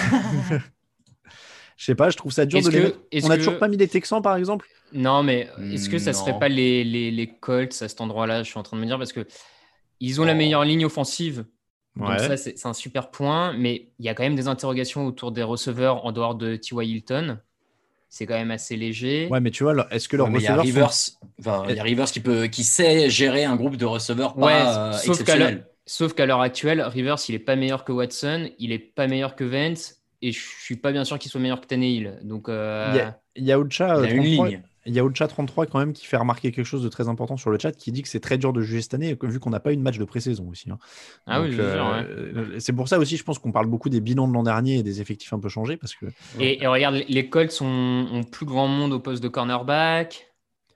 je sais pas, je trouve ça dur de les mettre. On a toujours pas mis les Texans, par exemple? Non, mais est-ce que ça serait pas les Colts à cet endroit-là? Je suis en train de me dire parce que ils ont la meilleure ligne offensive. Donc ça, c'est un super point, mais il y a quand même des interrogations autour des receveurs en dehors de T.Y. Hilton. C'est quand même assez léger. Ouais, mais tu vois, est-ce que leurs receveurs il y a Rivers qui sait gérer un groupe de receveurs pas exceptionnel. Sauf qu'à l'heure actuelle, Rivers, il est pas meilleur que Watson, il est pas meilleur que Vance, et je suis pas bien sûr qu'il soit meilleur que Tannehill. Donc il y a Ocha 33. Il y a Ocha 33 quand même qui fait remarquer quelque chose de très important sur le chat, qui dit que c'est très dur de juger cette année, vu qu'on n'a pas eu de match de pré-saison aussi. Hein. Ah donc, oui, c'est pour ça aussi, je pense qu'on parle beaucoup des bilans de l'an dernier et des effectifs un peu changés. Parce que... et regarde, les Colts ont plus grand monde au poste de cornerback.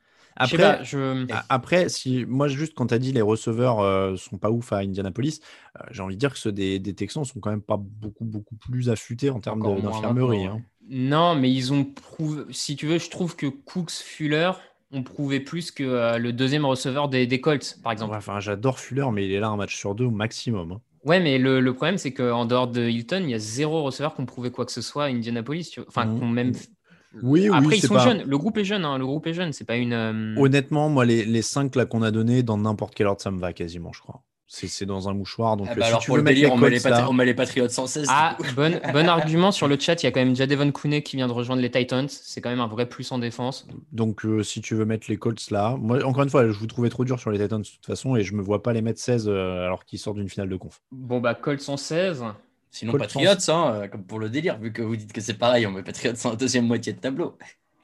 Après, moi, juste quand tu as dit les receveurs sont pas ouf à Indianapolis, j'ai envie de dire que ceux des Texans sont quand même pas beaucoup plus affûtés en termes d'infirmerie. Hein. Non, mais ils ont prouvé. Si tu veux, je trouve que Cooks, Fuller ont prouvé plus que le deuxième receveur des Colts, par exemple. Ouais, enfin, j'adore Fuller, mais il est là un match sur deux au maximum. Hein. Ouais, mais le problème, c'est qu'en dehors de Hilton, il y a 0 receveur qui ont prouvé quoi que ce soit à Indianapolis. Enfin, qu'on même. Oui, après, ils sont jeunes. Le groupe est jeune. Hein. Le groupe est jeune. C'est pas une. Honnêtement, moi, les 5 là qu'on a donnés, dans n'importe quel ordre, ça me va quasiment, je crois. C'est dans un mouchoir. Donc, si alors tu pour veux le délire, on met les Patriots 116. Bon argument sur le chat. Il y a quand même Jadevon Cooney qui vient de rejoindre les Titans. C'est quand même un vrai plus en défense. Donc, si tu veux mettre les Colts là, moi, encore une fois, je vous trouvais trop dur sur les Titans de toute façon et je me vois pas les mettre 16 alors qu'ils sortent d'une finale de conf. Bon, Colts en 16. Sinon, Colts Patriots, comme pour le délire, vu que vous dites que c'est pareil, on met Patriots en deuxième moitié de tableau.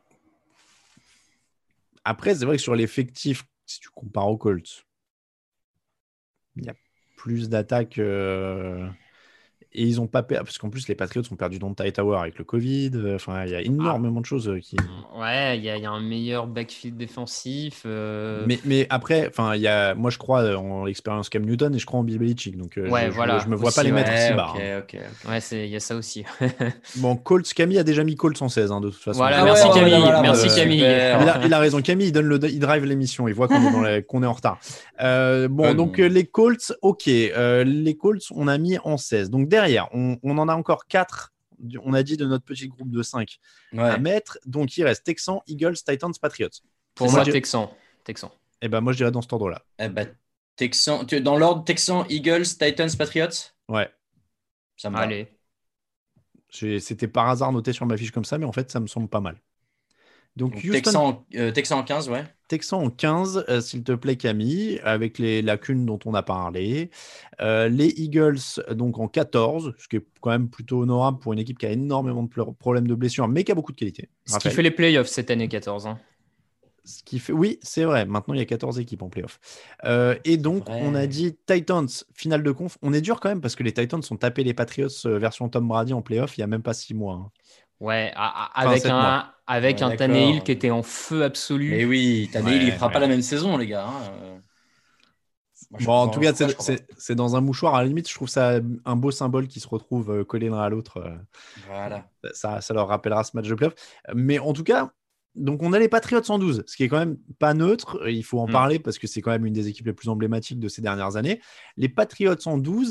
Après, c'est vrai que sur l'effectif, si tu compares aux Colts, il y a plus d'attaques et ils ont pas perdu parce qu'en plus les Patriots ont perdu Dontai Tower avec le Covid. Enfin, il y a énormément de choses qui. Ouais, il y a un meilleur backfield défensif. Mais après, enfin, moi je crois en l'expérience Cam Newton et je crois en Bill Belichick, donc je me vois pas les mettre si bas. Okay. Ouais, il y a ça aussi. Bon, Colts, Camille a déjà mis Colts en 16 de toute façon. Voilà, merci Camille. Merci Camille. Il a raison, Camille, il drive l'émission, il voit qu'on est en retard. Donc les Colts, ok, les Colts, on a mis en 16. Donc derrière, on en a encore 4. On a dit de notre petit groupe de 5 à mettre. Donc il reste Texans, Eagles, Titans, Patriots. Pour moi, Texans. Et ben moi je dirais dans cet ordre-là. Texans, dans l'ordre Texans, Eagles, Titans, Patriots. Ouais. Ça me va. Allez. C'était par hasard noté sur ma fiche comme ça, mais en fait ça me semble pas mal. Donc Houston... Texans en 15, ouais. Texans en 15, s'il te plaît Camille, avec les lacunes dont on a parlé. Les Eagles donc en 14, ce qui est quand même plutôt honorable pour une équipe qui a énormément de problèmes de blessures, mais qui a beaucoup de qualité. Ce qui fait les playoffs cette année 14. Hein. Oui, c'est vrai. Maintenant, il y a 14 équipes en playoff. Et donc, on a dit Titans, finale de conf. On est dur quand même parce que les Titans ont tapé les Patriots version Tom Brady en playoff il n'y a même pas 6 mois. Hein. Ouais, avec un Tannehill qui était en feu absolu. Mais oui, Tannehill, il fera pas la même saison, les gars. En tout cas, c'est dans un mouchoir. À la limite, je trouve ça un beau symbole qui se retrouve collé l'un à l'autre. Voilà. Ça leur rappellera ce match de playoff. Mais en tout cas, donc on a les Patriots en 12, ce qui est quand même pas neutre. Il faut en parler parce que c'est quand même une des équipes les plus emblématiques de ces dernières années. Les Patriots en 12,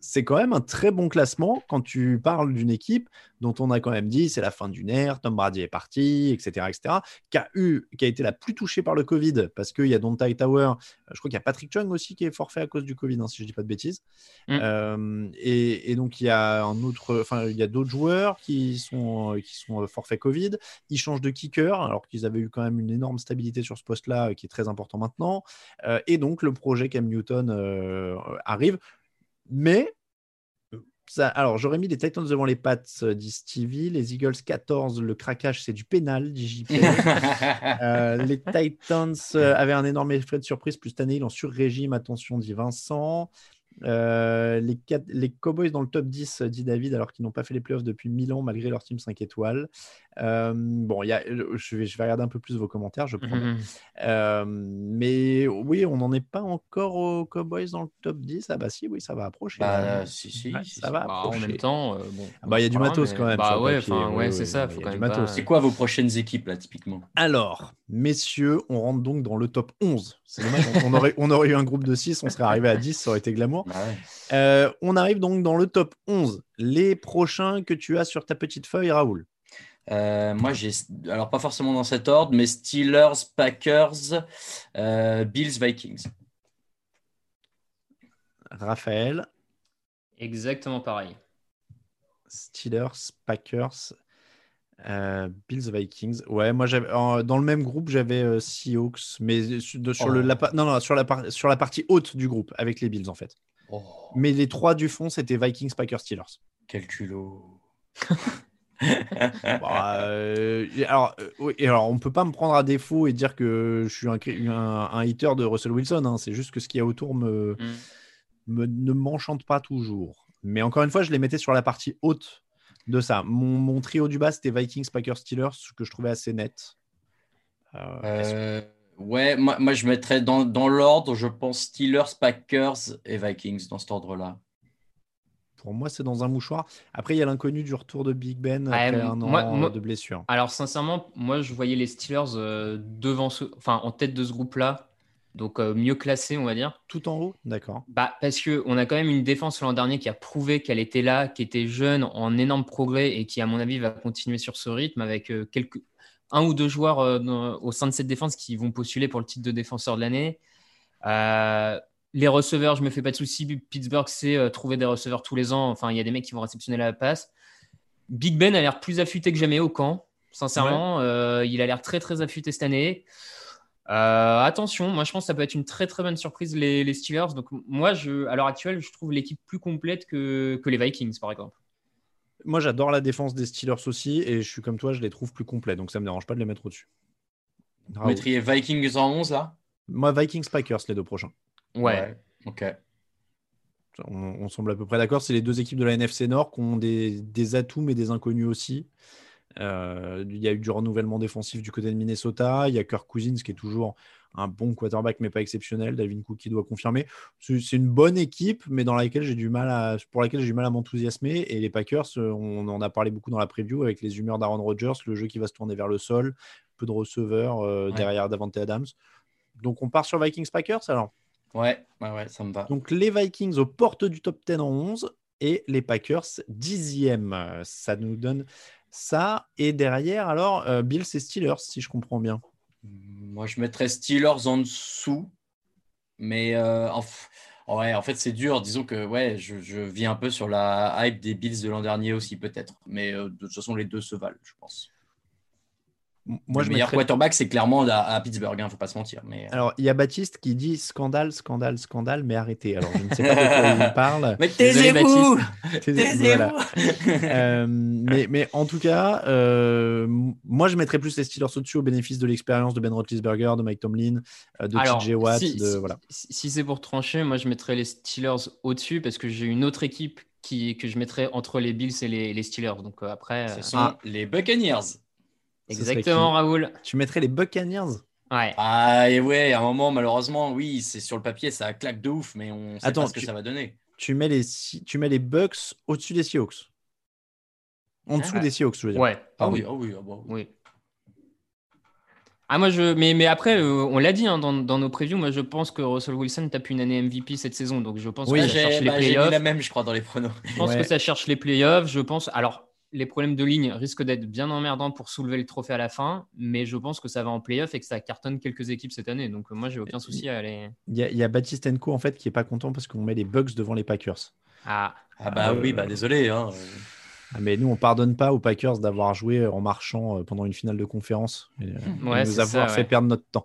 c'est quand même un très bon classement quand tu parles d'une équipe dont on a quand même dit c'est la fin d'une ère, Tom Brady est parti, etc., qui a été la plus touchée par le Covid parce qu'il y a Donta Hightower, je crois qu'il y a Patrick Chung aussi qui est forfait à cause du Covid, si je ne dis pas de bêtises. Et donc il y a il y a d'autres joueurs qui sont forfaits Covid. Ils changent de kicker alors qu'ils avaient eu quand même une énorme stabilité sur ce poste-là qui est très important maintenant. Et donc le projet Cam Newton arrive. Mais, alors j'aurais mis les Titans devant les Pats, dit Stevie. Les Eagles 14, le craquage, c'est du pénal, dit JP. Les Titans avaient un énorme effet de surprise, plus cette année, ils ont sur-régime, attention, dit Vincent. Les Cowboys dans le top 10, dit David, alors qu'ils n'ont pas fait les playoffs depuis 1000 ans, malgré leur team 5 étoiles. Bon, je vais regarder un peu plus vos commentaires, je promets. Mais oui, on n'en est pas encore aux Cowboys dans le top 10. Ah bah si, oui, ça va approcher. Si, Ouais, si, ça si. va approcher. En même temps, il y a du matos quand même. Bah sur le ouais, papier. ouais, c'est ça, il y faut a quand du même matos. pas. C'est quoi vos prochaines équipes, là, typiquement? Alors, messieurs, on rentre donc dans le top 11. C'est dommage, on aurait eu un groupe de 6, on serait arrivé à 10, ça aurait été glamour. Bah ouais. On arrive donc dans le top 11. Les prochains que tu as sur ta petite feuille, Raoul. Moi, alors pas forcément dans cet ordre, mais Steelers, Packers, Bills, Vikings. Raphaël. Exactement pareil. Steelers, Packers, Bills, Vikings. Ouais, moi dans le même groupe, j'avais Seahawks, mais sur la partie haute du groupe avec les Bills en fait. Mais les trois du fond, c'était Vikings, Packers, Steelers. Quel culot. Alors, on peut pas me prendre à défaut et dire que je suis un hater de Russell Wilson. Hein. C'est juste que ce qu'il y a autour ne m'enchante pas toujours. Mais encore une fois, je les mettais sur la partie haute de ça. Mon trio du bas, c'était Vikings, Packers, Steelers, ce que je trouvais assez net. Ouais, moi je mettrais dans l'ordre, je pense Steelers, Packers et Vikings dans cet ordre-là. Pour moi, c'est dans un mouchoir. Après, il y a l'inconnu du retour de Big Ben après un an de blessure. Alors, sincèrement, moi, je voyais les Steelers en tête de ce groupe-là. Donc, mieux classé, on va dire. Tout en haut, d'accord. Bah, parce qu'on a quand même une défense l'an dernier qui a prouvé qu'elle était là, qui était jeune, en énorme progrès et qui, à mon avis, va continuer sur ce rythme avec un ou deux joueurs au sein de cette défense qui vont postuler pour le titre de défenseur de l'année. Les receveurs, je me fais pas de soucis. Pittsburgh sait trouver des receveurs tous les ans. Enfin, il y a des mecs qui vont réceptionner la passe. Big Ben a l'air plus affûté que jamais au camp. Sincèrement, il a l'air très, très affûté cette année. Attention, moi, je pense que ça peut être une très, très bonne surprise, les Steelers. Donc, moi, à l'heure actuelle, je trouve l'équipe plus complète que les Vikings, par exemple. Moi, j'adore la défense des Steelers aussi. Et je suis comme toi, je les trouve plus complets. Donc, ça me dérange pas de les mettre au-dessus. Vous mettriez Vikings en 11, là? Moi, Vikings, Packers, les deux prochains. Ouais. Ok. On semble à peu près d'accord. C'est les deux équipes de la NFC Nord qui ont des atouts mais des inconnus aussi. Il y a eu du renouvellement défensif du côté de Minnesota. Il y a Kirk Cousins qui est toujours un bon quarterback mais pas exceptionnel. Dalvin Cook qui doit confirmer. C'est une bonne équipe mais pour laquelle j'ai du mal à m'enthousiasmer. Et les Packers, on en a parlé beaucoup dans la preview avec les humeurs d'Aaron Rodgers, le jeu qui va se tourner vers le sol, peu de receveurs derrière Davante Adams. Donc on part sur Vikings-Packers alors. Ouais, ça me va. Donc les Vikings aux portes du top 10 en 11 et les Packers 10e. Ça nous donne ça. Et derrière, alors, Bills et Steelers, si je comprends bien. Moi, je mettrais Steelers en dessous. Mais en fait, c'est dur. Disons que je vis un peu sur la hype des Bills de l'an dernier aussi, peut-être. Mais de toute façon, les deux se valent, je pense. Moi, le meilleur quarterback, c'est clairement à Pittsburgh, faut pas se mentir. Mais, Alors, il y a Baptiste qui dit scandale, mais arrêtez. Alors, je ne sais pas de quoi il parle. Mais taisez-vous. Voilà. Mais en tout cas, moi, je mettrais plus les Steelers au-dessus au bénéfice de l'expérience de Ben Roethlisberger, de Mike Tomlin, de TJ Watt. Si c'est pour trancher, moi, je mettrais les Steelers au-dessus parce que j'ai une autre équipe que je mettrais entre les Bills et les Steelers. Donc, après, ce sont les Buccaneers. Exactement, Raoul. Tu mettrais les Buccaneers? Ouais. Ah, et ouais, à un moment, malheureusement, oui, c'est sur le papier, ça claque de ouf, mais on sait pas ce que ça va donner. Tu mets les Bucks au-dessus des Seahawks. En dessous des Seahawks, je veux dire. Ouais. Oui. Oui. Mais après, on l'a dit dans nos previews, moi je pense que Russell Wilson tape une année MVP cette saison, donc je pense que ça cherche les j'ai mis playoffs. la même, je crois, dans les pronos. Je pense que ça cherche les playoffs. Je pense. Alors, les problèmes de ligne risquent d'être bien emmerdants pour soulever le trophée à la fin, mais je pense que ça va en playoffs et que ça cartonne quelques équipes cette année. Donc, moi, j'ai aucun souci à aller. Il y a Baptiste Enco en fait qui est pas content parce qu'on met les Bucks devant les Packers. Oui, désolé. Hein. Mais nous, on pardonne pas aux Packers d'avoir joué en marchant pendant une finale de conférence et nous avoir fait perdre notre temps.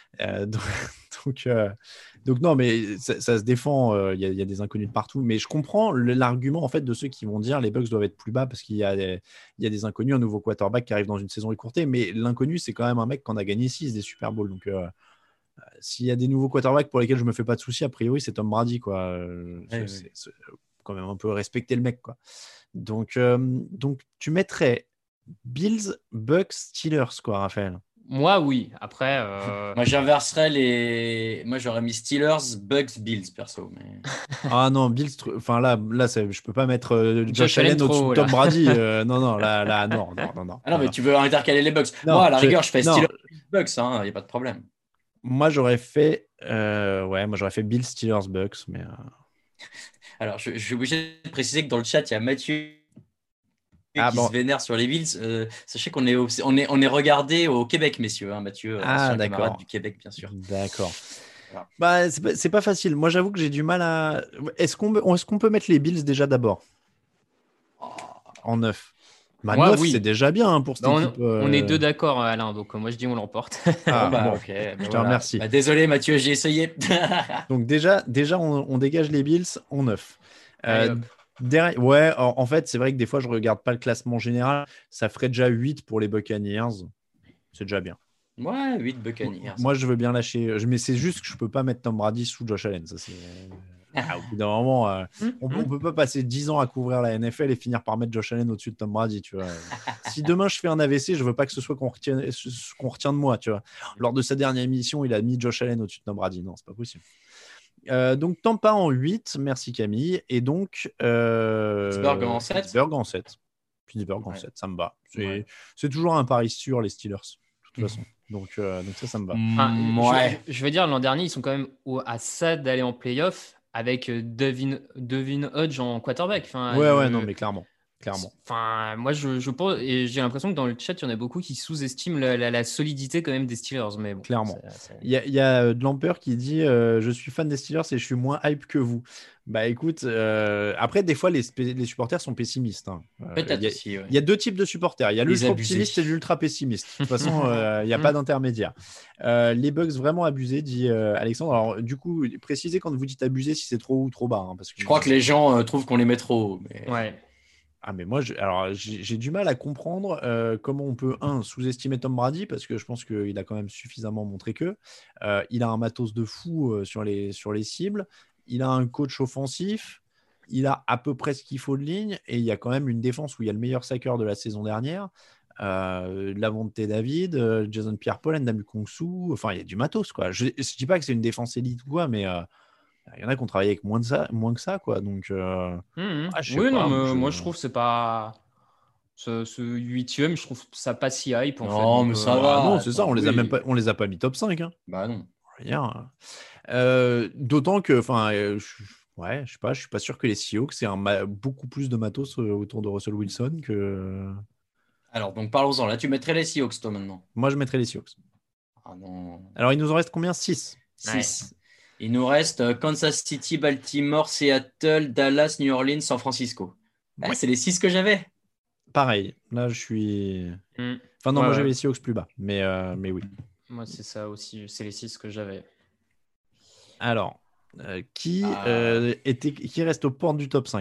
Donc non, mais ça se défend. Il y a des inconnus de partout. Mais je comprends l'argument en fait de ceux qui vont dire les Bucks doivent être plus bas parce qu'il y a des inconnus, un nouveau quarterback qui arrive dans une saison écourtée. Mais l'inconnu, c'est quand même un mec qui en a gagné 6 des Super Bowls. Donc s'il y a des nouveaux quarterbacks pour lesquels je me fais pas de soucis, a priori, c'est Tom Brady, quoi. C'est quand même un peu respecter le mec, quoi. Donc tu mettrais Bills, Bucks, Steelers, quoi, Raphaël. Moi, oui. Après, moi, j'inverserais Moi, j'aurais mis Steelers, Bucks, Bills, perso. Mais... Ah non, Bills. Enfin là, je peux pas mettre Josh Allen au-dessus de Tom Brady. Non, là, non. Ah non, mais tu veux intercaler les Bucks. Moi, à la rigueur, je fais Steelers, Bucks. Il n'y a pas de problème. Moi, j'aurais fait Bills, Steelers, Bucks, mais. Alors, je suis obligé de préciser que dans le chat, il y a Mathieu qui se vénère sur les Bills. Sachez qu'on est regardé au Québec, messieurs, hein, Mathieu, camarade du Québec, bien sûr. D'accord. Voilà. C'est pas facile. Moi, j'avoue que j'ai du mal à. Est-ce qu'on peut mettre les Bills déjà d'abord en 9? 9, oui. C'est déjà bien pour cette équipe. On est deux d'accord, Alain. Donc, moi, je dis on l'emporte. Ok. Je te remercie. Désolé, Mathieu, j'ai essayé. Donc, déjà on dégage les Bills en 9. En fait, c'est vrai que des fois, je regarde pas le classement général. Ça ferait déjà 8 pour les Buccaneers. C'est déjà bien. Ouais, 8 Buccaneers. Moi, je veux bien lâcher. Mais c'est juste que je peux pas mettre Tom Brady sous Josh Allen. Ça, c'est... au bout d'un moment, on peut pas passer 10 ans à couvrir la NFL et finir par mettre Josh Allen au-dessus de Tom Brady. Tu vois. Si demain, je fais un AVC, je veux pas que ce soit qu'on retient de moi. Tu vois. Lors de sa dernière émission, il a mis Josh Allen au-dessus de Tom Brady. Non, c'est pas possible. Donc Tampa en 8, merci Camille. Et donc Pittsburgh en 7. Pittsburgh en 7, ça me va. C'est toujours un pari sûr, les Steelers, de toute façon. Donc ça me va. Je veux dire, l'an dernier, ils sont quand même à ça d'aller en playoff avec Devin Hodge en quarterback. Non, mais clairement. Enfin, moi, je pense, et j'ai l'impression que dans le chat, il y en a beaucoup qui sous-estiment la solidité quand même des Steelers. Mais bon, clairement. Il y a de Lamper qui dit je suis fan des Steelers et je suis moins hype que vous. Bah écoute, après, des fois, les supporters sont pessimistes. Hein. Peut-être aussi. Il y a deux types de supporters. Il y a l'ultra optimiste et l'ultra pessimiste. De toute façon, il n'y a pas d'intermédiaire. Les Bucks vraiment abusés, dit Alexandre. Alors, du coup, précisez quand vous dites abusés si c'est trop haut ou trop bas. Hein, parce que je crois que les gens trouvent qu'on les met trop haut. Mais... Ouais. Ah mais moi, j'ai du mal à comprendre comment on peut, sous-estimer Tom Brady, parce que je pense qu'il a quand même suffisamment montré il a un matos de fou sur les cibles, il a un coach offensif, il a à peu près ce qu'il faut de ligne, et il y a quand même une défense où il y a le meilleur sacker de la saison dernière, Lavonte David, Jason Pierre-Paul, Ndamukong Kongsu, enfin il y a du matos, quoi. Je dis pas que c'est une défense élite ou quoi, mais... il y en a qui ont travaillé avec moins que ça, quoi. Donc, moi je trouve que c'est pas ce 8e, je trouve ça pas si hype. Mais ça va. Non, c'est ça. On les a pas mis top 5. Hein. Bah non. Rien. D'autant que, je sais pas. Je suis pas sûr que les Seahawks c'est beaucoup plus de matos autour de Russell Wilson que. Alors donc parlons-en. Là, tu mettrais les Seahawks toi maintenant. Moi, je mettrais les Seahawks. Ah non. Alors, il nous en reste combien? 6. 6. Il nous reste Kansas City, Baltimore, Seattle, Dallas, New Orleans, San Francisco. C'est les 6 que j'avais. Pareil. Là, je suis... moi, j'avais les Seahawks plus bas. Mais oui. Moi, c'est ça aussi. C'est les 6 que j'avais. Alors, qui reste aux portes du top 5?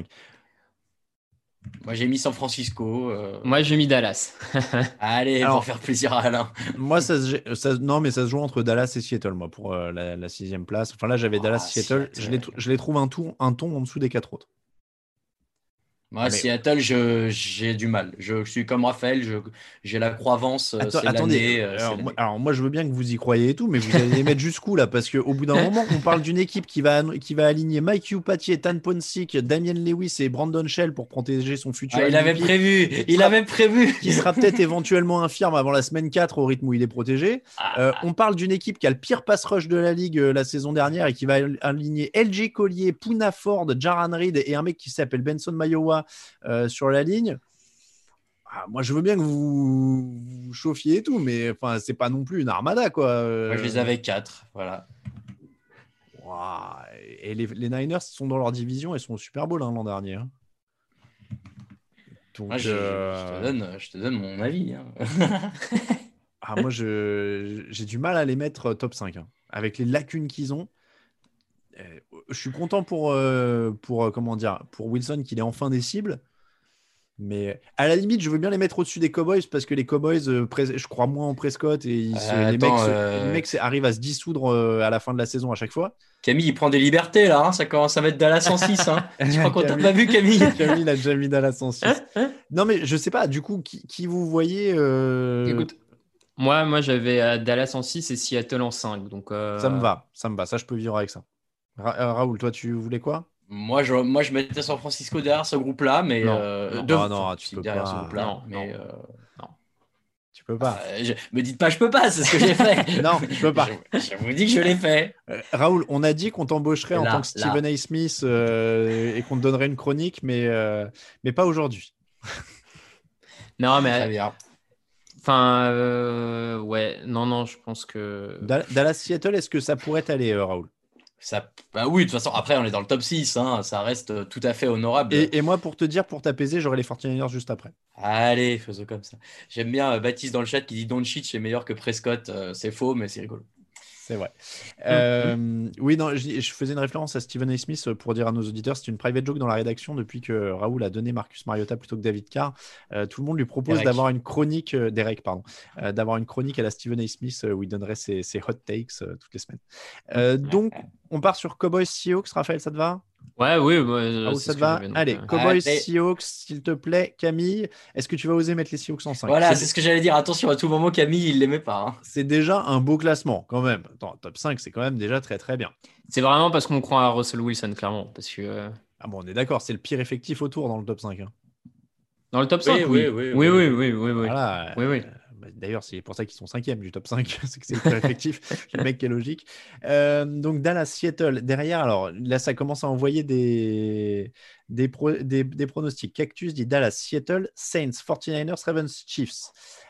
Moi, j'ai mis San Francisco. Moi, j'ai mis Dallas. Allez, pour faire plaisir à Alain. Moi, ça se joue entre Dallas et Seattle, moi, pour la 6e place. Enfin, là, j'avais Dallas, Seattle. Je les trouve un ton en dessous des 4 autres. Moi, Mais Seattle, j'ai du mal. Je suis comme Raphaël, j'ai la croyance, attendez, c'est l'année. alors moi je veux bien que vous y croyez et tout, mais vous allez les mettre jusqu'où là? Parce qu'au bout d'un moment, on parle d'une équipe qui va aligner Mike Upati, Tan Ponsic, Damien Lewis et Brandon Shell pour protéger son futur Ah, il avait MVP, prévu, il sera- avait prévu. qui sera peut-être éventuellement infirme avant la semaine 4 au rythme où il est protégé. On parle d'une équipe qui a le pire pass rush de la ligue la saison dernière et qui va aligner LJ Collier, Poona Ford, Jaran Reed et un mec qui s'appelle Benson Mayowa sur la ligne. Moi, je veux bien que vous chauffiez et tout, mais enfin, c'est pas non plus une armada, quoi. Moi, je les avais 4, voilà. Ouah. Et les Niners sont dans leur division et sont au Super Bowl l'an dernier. Hein. Donc, Moi, je te donne mon avis. Hein. moi, j'ai du mal à les mettre top 5. Hein. Avec les lacunes qu'ils ont. Je suis content comment dire, pour Wilson qu'il est enfin des cibles. Mais à la limite, je veux bien les mettre au-dessus des Cowboys parce que les Cowboys, je crois moins en Prescott et les mecs arrivent à se dissoudre à la fin de la saison à chaque fois. Camille, il prend des libertés là, hein. Ça commence à mettre Dallas en 6. Hein. Tu crois qu'on t'a pas vu, Camille? Camille, il a déjà mis Dallas en 6. Non, mais je sais pas, du coup, qui vous voyez Écoute, moi j'avais Dallas en 6 et Seattle en 5. Donc, Ça me va, ça je peux vivre avec ça. Raoul, toi, tu voulais quoi? Moi, je mettais San Francisco derrière ce groupe-là, mais non, tu peux derrière pas. ce groupe-là. Non. Tu peux pas. Me dites pas je peux pas, c'est ce que j'ai fait. Non, je peux pas. Je vous dis que je l'ai fait. Raoul, on a dit qu'on t'embaucherait en tant que Stephen A. Smith et qu'on te donnerait une chronique, mais pas aujourd'hui. Très Non, mais bien. enfin, ouais, non, je pense que Dallas-Seattle, est-ce que ça pourrait aller, Raoul? Bah oui, de toute façon, après, on est dans le top 6. Hein, ça reste tout à fait honorable. Et moi, pour te dire, pour t'apaiser, j'aurai les 49ers juste après. Allez, faisons comme ça. J'aime bien Baptiste dans le chat qui dit Doncic est meilleur que Prescott. C'est faux, mais c'est rigolo. C'est vrai. Oui, non, je faisais une référence à Stephen A. Smith pour dire à nos auditeurs, c'est une private joke dans la rédaction depuis que Raoul a donné Marcus Mariota plutôt que David Carr. Tout le monde lui propose d'avoir une chronique, Derek, pardon, d'avoir une chronique à la Stephen A. Smith où il donnerait ses hot takes toutes les semaines. Donc, on part sur Cowboys Seahawks. Raphaël, ça te va? ouais, oui, Raoul, ça te va? Allez, Cowboys Seahawks, s'il te plaît. Camille, est-ce que tu vas oser mettre les Seahawks en 5? Voilà, c'est ce que j'allais dire. Attention, à tout moment, Camille, il l'aimait pas. Hein. C'est déjà un beau classement, quand même. Attends, top 5, c'est quand même déjà très, très bien. C'est vraiment parce qu'on croit à Russell Wilson, clairement. Parce que, Ah bon, on est d'accord, c'est le pire effectif autour dans le top 5. Hein. Dans le top 5, oui. Oui. Voilà. Oui. D'ailleurs, c'est pour ça qu'ils sont 5e du top 5, c'est que c'est le pire effectif. Le mec qui est logique. Donc, Dallas, Seattle. Derrière, alors là, ça commence à envoyer des pronostics. Cactus dit Dallas, Seattle, Saints, 49ers, Ravens, Chiefs.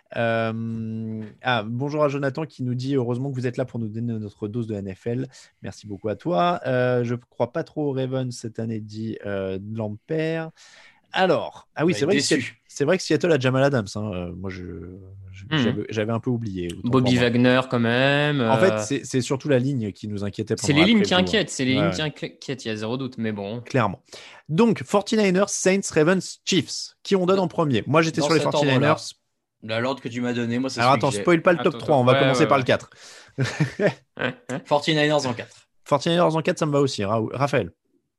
Bonjour à Jonathan qui nous dit heureusement que vous êtes là pour nous donner notre dose de NFL. Merci beaucoup à toi. Je ne crois pas trop aux Ravens cette année, dit Lampert. Alors, oui, c'est vrai que Seattle a Jamal Adams. Hein. Moi, j'avais un peu oublié. Bobby Wagner, quand même. En fait, c'est surtout la ligne qui nous inquiétait. C'est les lignes qui inquiètent. C'est les lignes qui inquiètent. Il y a zéro doute, mais bon. Clairement. Donc, 49ers, Saints, Ravens, Chiefs. Qui on donne en premier? Moi, j'étais sur les 49ers. L'ordre que tu m'as donné, moi, c'est Alors, attends, spoil pas le top 3. On va commencer par le 4. 49ers en 4. 49ers en 4, ça me va aussi. Raphaël.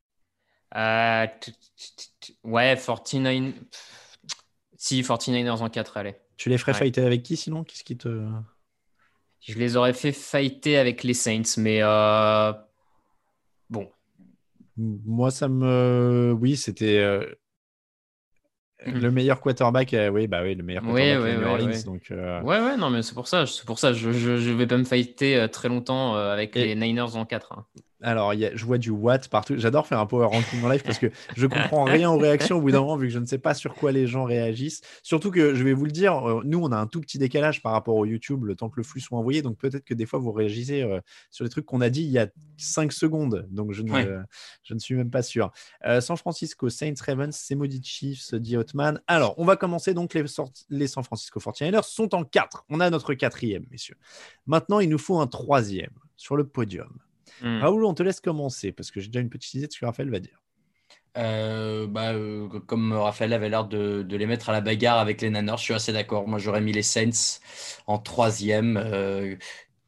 Ouais, 49. Si, 49ers en 4, allez. Tu les ferais fighter avec qui sinon? Qu'est-ce qui te. Je les aurais fait fighter avec les Saints, mais bon. Moi, oui, c'était le meilleur quarterback. Le meilleur quarterback de New Orleans. Donc, Ouais, non, mais c'est pour ça. Je vais pas me fighter très longtemps avec les Niners en 4. Hein. Alors, je vois du Watt partout. J'adore faire un power ranking en live parce que je comprends rien aux réactions au bout d'un moment vu que je ne sais pas sur quoi les gens réagissent. Surtout que, je vais vous le dire, nous, on a un tout petit décalage par rapport au YouTube le temps que le flux soit envoyé. Donc, peut-être que des fois, vous réagissez sur les trucs qu'on a dit il y a 5 secondes. Donc, je ne suis même pas sûr. San Francisco, Saints, Ravens, c'est maudit Chiefs, dit Hotman. Alors, on va commencer. Donc, les San Francisco 49ers sont en 4. On a notre 4e, messieurs. Maintenant, il nous faut un 3e sur le podium. Raoul, on te laisse commencer parce que j'ai déjà une petite idée de ce que Raphaël va dire. Comme Raphaël avait l'air de les mettre à la bagarre avec les Niners, je suis assez d'accord. Moi, j'aurais mis les Saints en 3e.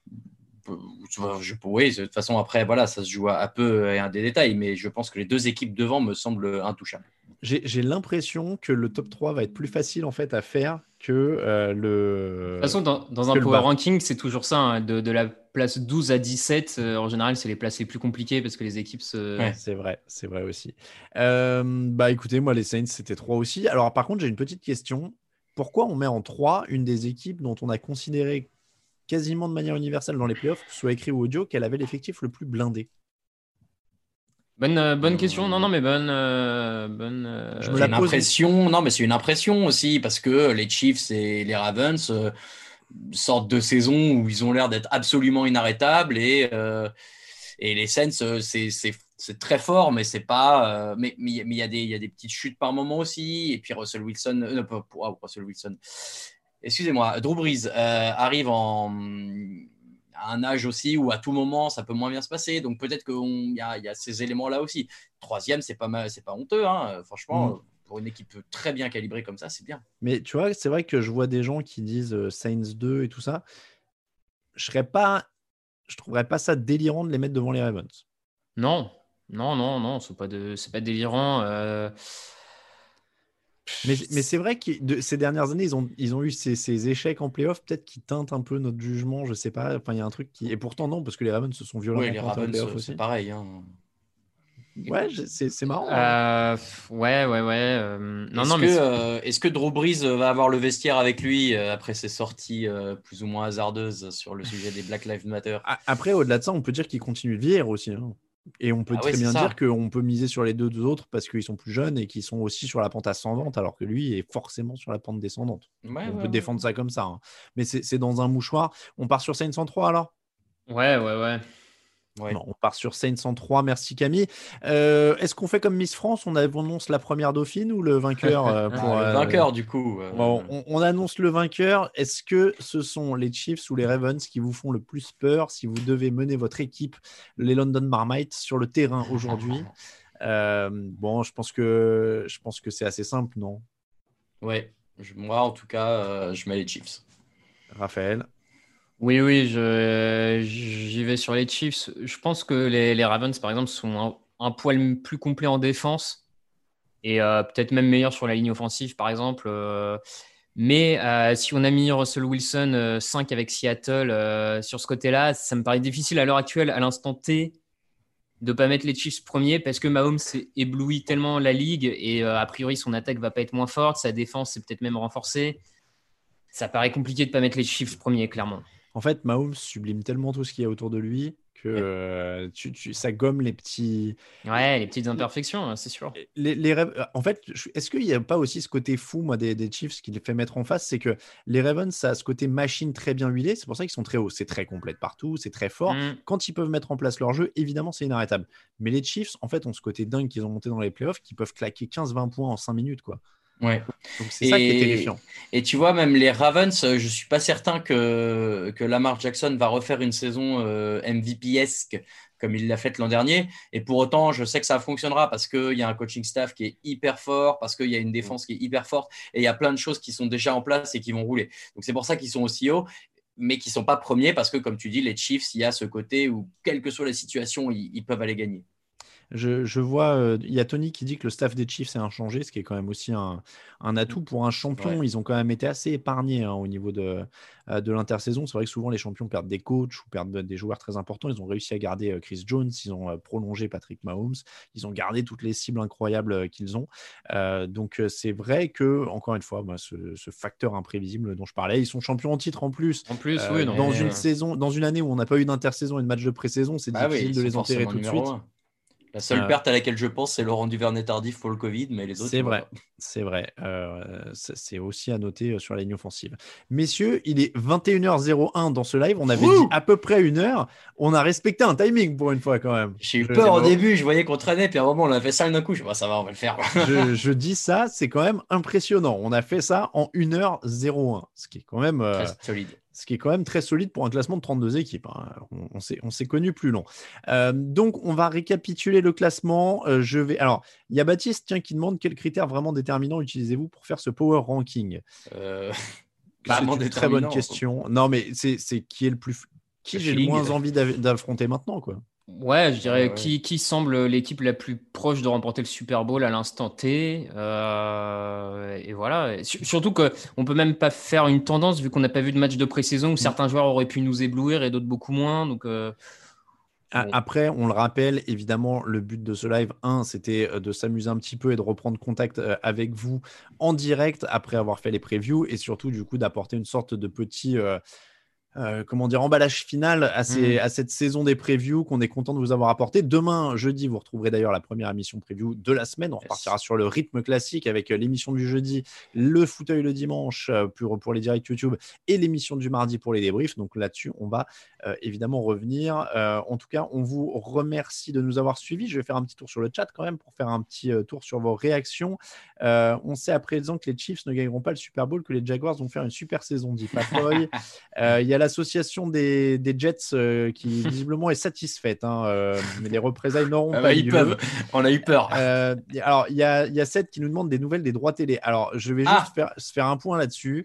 Oui, de toute façon, après, voilà, ça se joue à peu et un des détails, mais je pense que les deux équipes devant me semblent intouchables. j'ai l'impression que le top 3 va être plus facile en fait à faire que le. De toute façon, dans un power ranking, c'est toujours ça. Hein, de la place 12 à 17, en général, c'est les places les plus compliquées parce que les équipes se. Ouais, c'est vrai aussi. Bah écoutez, moi les Saints, c'était 3 aussi. Alors par contre, j'ai une petite question. Pourquoi on met en 3 une des équipes dont on a considéré quasiment de manière universelle dans les playoffs, que ce soit écrit ou audio, qu'elle avait l'effectif le plus blindé? Bonne question. Non, mais bonne. Je me C'est la une pose. impression. Non, mais c'est une impression aussi parce que les Chiefs et les Ravens sortent de saison où ils ont l'air d'être absolument inarrêtables et les Saints, c'est très fort, mais c'est pas. Mais il y a des petites chutes par moment aussi. Et puis Russell Wilson, Russell Wilson. Excusez-moi, Drew Brees arrive à un âge aussi où à tout moment ça peut moins bien se passer. Donc peut-être qu'il y a ces éléments-là aussi. Troisième, c'est pas honteux, hein. Franchement. Pour une équipe très bien calibrée comme ça, c'est bien. Mais tu vois, c'est vrai que je vois des gens qui disent Saints 2 et tout ça. Je trouverais pas ça délirant de les mettre devant les Ravens. Non, c'est pas délirant. Mais c'est vrai que ces dernières années, ils ont eu ces échecs en playoff, peut-être qui teintent un peu notre jugement, je sais pas. Enfin, il y a un truc qui. Et pourtant, non, parce que les Ravens se sont violemment les plantés en playoff Ravens, aussi. c'est pareil. Hein. Ouais, c'est marrant. Hein. Ouais. Est-ce que Drew Brees va avoir le vestiaire avec lui après ses sorties plus ou moins hasardeuses sur le sujet des Black Lives Matter? Après, au-delà de ça, on peut dire qu'il continue de vieillir aussi. Hein. Et on peut très bien dire qu'on peut miser sur les deux autres parce qu'ils sont plus jeunes et qu'ils sont aussi sur la pente ascendante, alors que lui est forcément sur la pente descendante. On peut défendre ça comme ça. Hein. Mais c'est dans un mouchoir. On part sur Saints 103 alors? Ouais. Non, on part sur Saints 103. Merci Camille. Est-ce qu'on fait comme Miss France? On annonce la première dauphine ou le vainqueur pour, le vainqueur du coup. On annonce le vainqueur. Est-ce que ce sont les Chiefs ou les Ravens qui vous font le plus peur si vous devez mener votre équipe, les London Marmites, sur le terrain aujourd'hui? Bon, je pense que c'est assez simple, non? Ouais, moi en tout cas, je mets les Chiefs. Raphaël? Oui, j'y vais sur les Chiefs. Je pense que les Ravens, par exemple, sont un poil plus complets en défense et peut-être même meilleurs sur la ligne offensive, par exemple. Mais si on a mis Russell Wilson 5 avec Seattle sur ce côté-là, ça me paraît difficile à l'heure actuelle, à l'instant T, de ne pas mettre les Chiefs premiers parce que Mahomes éblouit tellement la ligue et a priori, son attaque ne va pas être moins forte. Sa défense est peut-être même renforcée. Ça paraît compliqué de ne pas mettre les Chiefs premiers, clairement. En fait, Mahomes sublime tellement tout ce qu'il y a autour de lui que ça gomme les petits. Ouais, les petites imperfections, c'est sûr. En fait, est-ce qu'il n'y a pas aussi ce côté fou, moi, des Chiefs qui les fait mettre en face? C'est que les Ravens, ça a ce côté machine très bien huilé. C'est pour ça qu'ils sont très hauts. C'est très complet partout, c'est très fort. Quand ils peuvent mettre en place leur jeu, évidemment, c'est inarrêtable. Mais les Chiefs, en fait, ont ce côté dingue qu'ils ont monté dans les playoffs, qui peuvent claquer 15-20 points en 5 minutes, quoi. Ouais. Donc c'est ça qui est terrifiant. Et tu vois, même les Ravens, je suis pas certain que Lamar Jackson va refaire une saison MVP-esque comme il l'a fait l'an dernier. Et pour autant, je sais que ça fonctionnera parce qu'il y a un coaching staff qui est hyper fort, parce qu'il y a une défense qui est hyper forte et il y a plein de choses qui sont déjà en place et qui vont rouler. Donc c'est pour ça qu'ils sont aussi hauts, mais qui sont pas premiers parce que, comme tu dis, les Chiefs, il y a ce côté où, quelle que soit la situation, ils peuvent aller gagner. Je vois, il y a Tony qui dit que le staff des Chiefs est inchangé, ce qui est quand même aussi un atout pour un champion. Ouais. Ils ont quand même été assez épargnés au niveau de l'intersaison. C'est vrai que souvent les champions perdent des coachs ou perdent des joueurs très importants. Ils ont réussi à garder Chris Jones, ils ont prolongé Patrick Mahomes, ils ont gardé toutes les cibles incroyables qu'ils ont. Donc c'est vrai que, encore une fois, ce facteur imprévisible dont je parlais, ils sont champions en titre en plus. Oui, dans une année où on n'a pas eu d'intersaison et de match de pré-saison, c'est difficile de les enterrer tout de suite. La seule perte à laquelle je pense, c'est Laurent Duvernay-Tardif pour le Covid, mais les autres. C'est vrai. C'est aussi à noter sur la ligne offensive. Messieurs, il est 21h01 dans ce live. On avait dit à peu près 1 heure. On a respecté un timing pour une fois quand même. J'ai eu peur au début. Je voyais qu'on traînait, puis à un moment, on a fait ça d'un coup. Je dis, ça va, on va le faire. je dis ça, c'est quand même impressionnant. On a fait ça en 1h01, ce qui est quand même très solide. Ce qui est quand même très solide pour un classement de 32 équipes. Hein. On s'est connu plus long. Donc, on va récapituler le classement. Alors, il y a Baptiste qui demande quels critères vraiment déterminants utilisez-vous pour faire ce power ranking. C'est une très bonne question. Non, mais c'est qui est le plus... Qui j'ai le moins envie d'affronter maintenant, quoi. Ouais, je dirais Ouais. qui semble l'équipe la plus proche de remporter le Super Bowl à l'instant T. Et voilà. Surtout qu'on peut même pas faire une tendance vu qu'on n'a pas vu de match de pré-saison où certains joueurs auraient pu nous éblouir et d'autres beaucoup moins. Donc, bon. Après, on le rappelle, évidemment, le but de ce live, c'était de s'amuser un petit peu et de reprendre contact avec vous en direct après avoir fait les previews et surtout, du coup, d'apporter une sorte de petit comment dire, emballage final à cette saison des previews qu'on est content de vous avoir apporté. Demain, jeudi, vous retrouverez d'ailleurs la première émission preview de la semaine. On repartira sur le rythme classique avec l'émission du jeudi, le fauteuil le dimanche pour les directs YouTube et l'émission du mardi pour les débriefs. Donc là-dessus, on va évidemment revenir. En tout cas, on vous remercie de nous avoir suivis. Je vais faire un petit tour sur le chat quand même pour faire un petit tour sur vos réactions. On sait à présent que les Chiefs ne gagneront pas le Super Bowl, que les Jaguars vont faire une super saison, dit Papoy. Il y a l'association des Jets qui visiblement est satisfaite, mais les représailles n'auront pas lieu. On a eu peur. Alors, il y a Seth qui nous demande des nouvelles des droits télé. Alors, je vais juste faire un point là-dessus.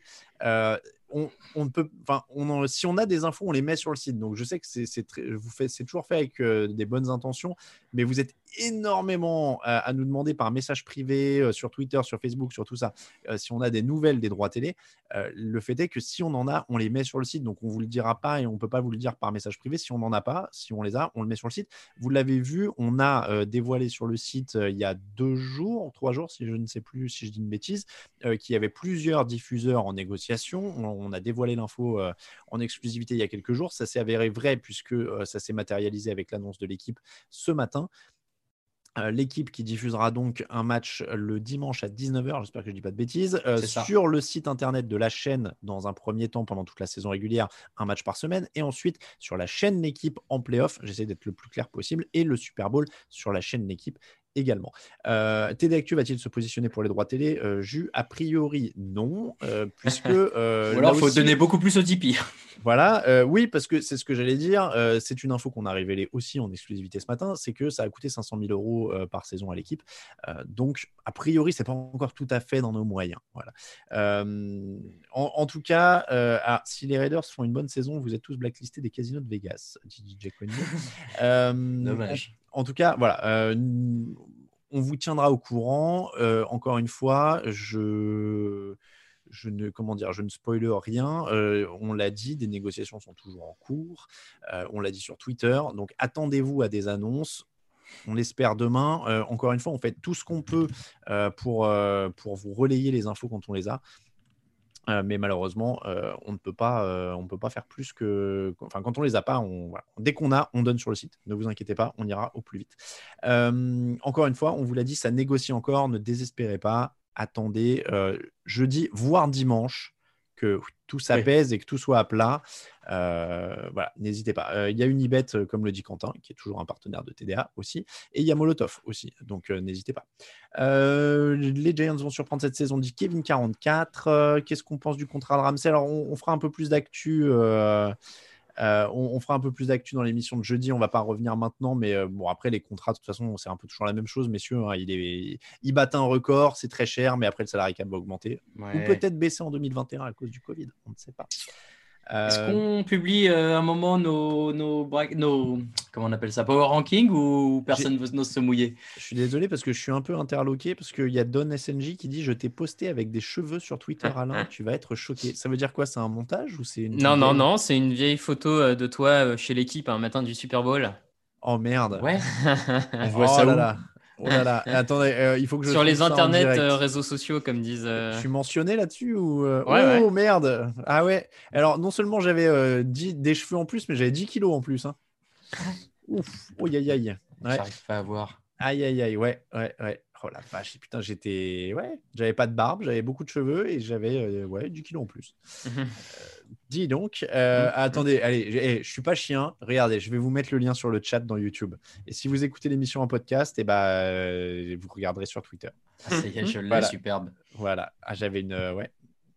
On peut, si on a des infos, on les met sur le site. Donc, je sais que c'est toujours fait avec des bonnes intentions, mais vous êtes énormément à nous demander par message privé sur Twitter, sur Facebook, sur tout ça, si on a des nouvelles des droits télé. Le fait est que si on en a, on les met sur le site. Donc, on vous le dira pas et on peut pas vous le dire par message privé. Si on n'en a pas, si on les a, on le met sur le site. Vous l'avez vu, on a dévoilé sur le site il y a 3 jours, si je ne sais plus si je dis une bêtise, qu'il y avait plusieurs diffuseurs en négociation. On a dévoilé l'info en exclusivité il y a quelques jours. Ça s'est avéré vrai puisque ça s'est matérialisé avec l'annonce de l'équipe ce matin. L'équipe qui diffusera donc un match le dimanche à 19h, j'espère que je ne dis pas de bêtises, sur le site internet de la chaîne dans un premier temps pendant toute la saison régulière, un match par semaine, et ensuite sur la chaîne L'équipe en playoff, j'essaie d'être le plus clair possible, et le Super Bowl sur la chaîne L'équipe également. TD Actu va-t-il se positionner pour les droits télé? Jus, a priori non, puisque... Ou alors il faut donner beaucoup plus au Tipeee. Voilà, oui, parce que c'est ce que j'allais dire. C'est une info qu'on a révélée aussi en exclusivité ce matin, c'est que ça a coûté 500 000 euros par saison à l'équipe. Donc, a priori, c'est pas encore tout à fait dans nos moyens. Voilà. En tout cas, si les Raiders font une bonne saison, vous êtes tous blacklistés des casinos de Vegas, dit DJ Conny. Dommage. En tout cas, voilà. On vous tiendra au courant. Encore une fois, je ne spoile rien. On l'a dit, des négociations sont toujours en cours. On l'a dit sur Twitter. Donc, attendez-vous à des annonces. On l'espère demain. Encore une fois, on fait tout ce qu'on peut pour vous relayer les infos quand on les a. Mais malheureusement, on ne peut pas faire plus que... Enfin, quand on les a pas, dès qu'on a, on donne sur le site. Ne vous inquiétez pas, on ira au plus vite. Encore une fois, on vous l'a dit, ça négocie encore. Ne désespérez pas. Attendez jeudi, voire dimanche, que tout s'apaise et que tout soit à plat. Voilà, n'hésitez pas. Il y a Unibet, comme le dit Quentin, qui est toujours un partenaire de TDA aussi. Et il y a Molotov aussi. Donc, n'hésitez pas. Les Giants vont surprendre cette saison, dit Kevin 44. Qu'est-ce qu'on pense du contrat de Ramsey? Alors, on fera un peu plus d'actu. On fera un peu plus d'actu dans l'émission de jeudi. On va pas revenir maintenant, mais bon, après les contrats, de toute façon, c'est un peu toujours la même chose, messieurs. Il bat un record, c'est très cher, mais après le salary cap va augmenter ou peut-être baisser en 2021 à cause du Covid. On ne sait pas. Est-ce qu'on publie un moment nos comment on appelle ça, power ranking, ou personne n'ose se mouiller? Je suis désolé parce que je suis un peu interloqué parce qu'il y a Don SNJ qui dit: je t'ai posté avec des cheveux sur Twitter, Alain, tu vas être choqué. Ça veut dire quoi? C'est un montage ou c'est une... Non, c'est une vieille photo de toi chez l'équipe un matin du Super Bowl. Oh merde. Ouais. On voit ça là. Oh là là, attendez, il faut que je sur les internets, réseaux sociaux, comme disent. Je suis mentionné là-dessus ou Ouais. Merde. Ah ouais. Alors non seulement j'avais des cheveux en plus, mais j'avais 10 kilos en plus. Hein. Ouf. Oh aïe aïe. Ouais. J'arrive pas à voir. Aïe. Ouais. Oh la vache. Putain, j'avais pas de barbe, j'avais beaucoup de cheveux et j'avais 10 kilos en plus. Dis donc, attendez, allez, je suis pas chien. Regardez, je vais vous mettre le lien sur le chat dans YouTube. Et si vous écoutez l'émission en podcast, vous regarderez sur Twitter. Ça y est, je l'ai, superbe. Voilà. J'avais une... ouais.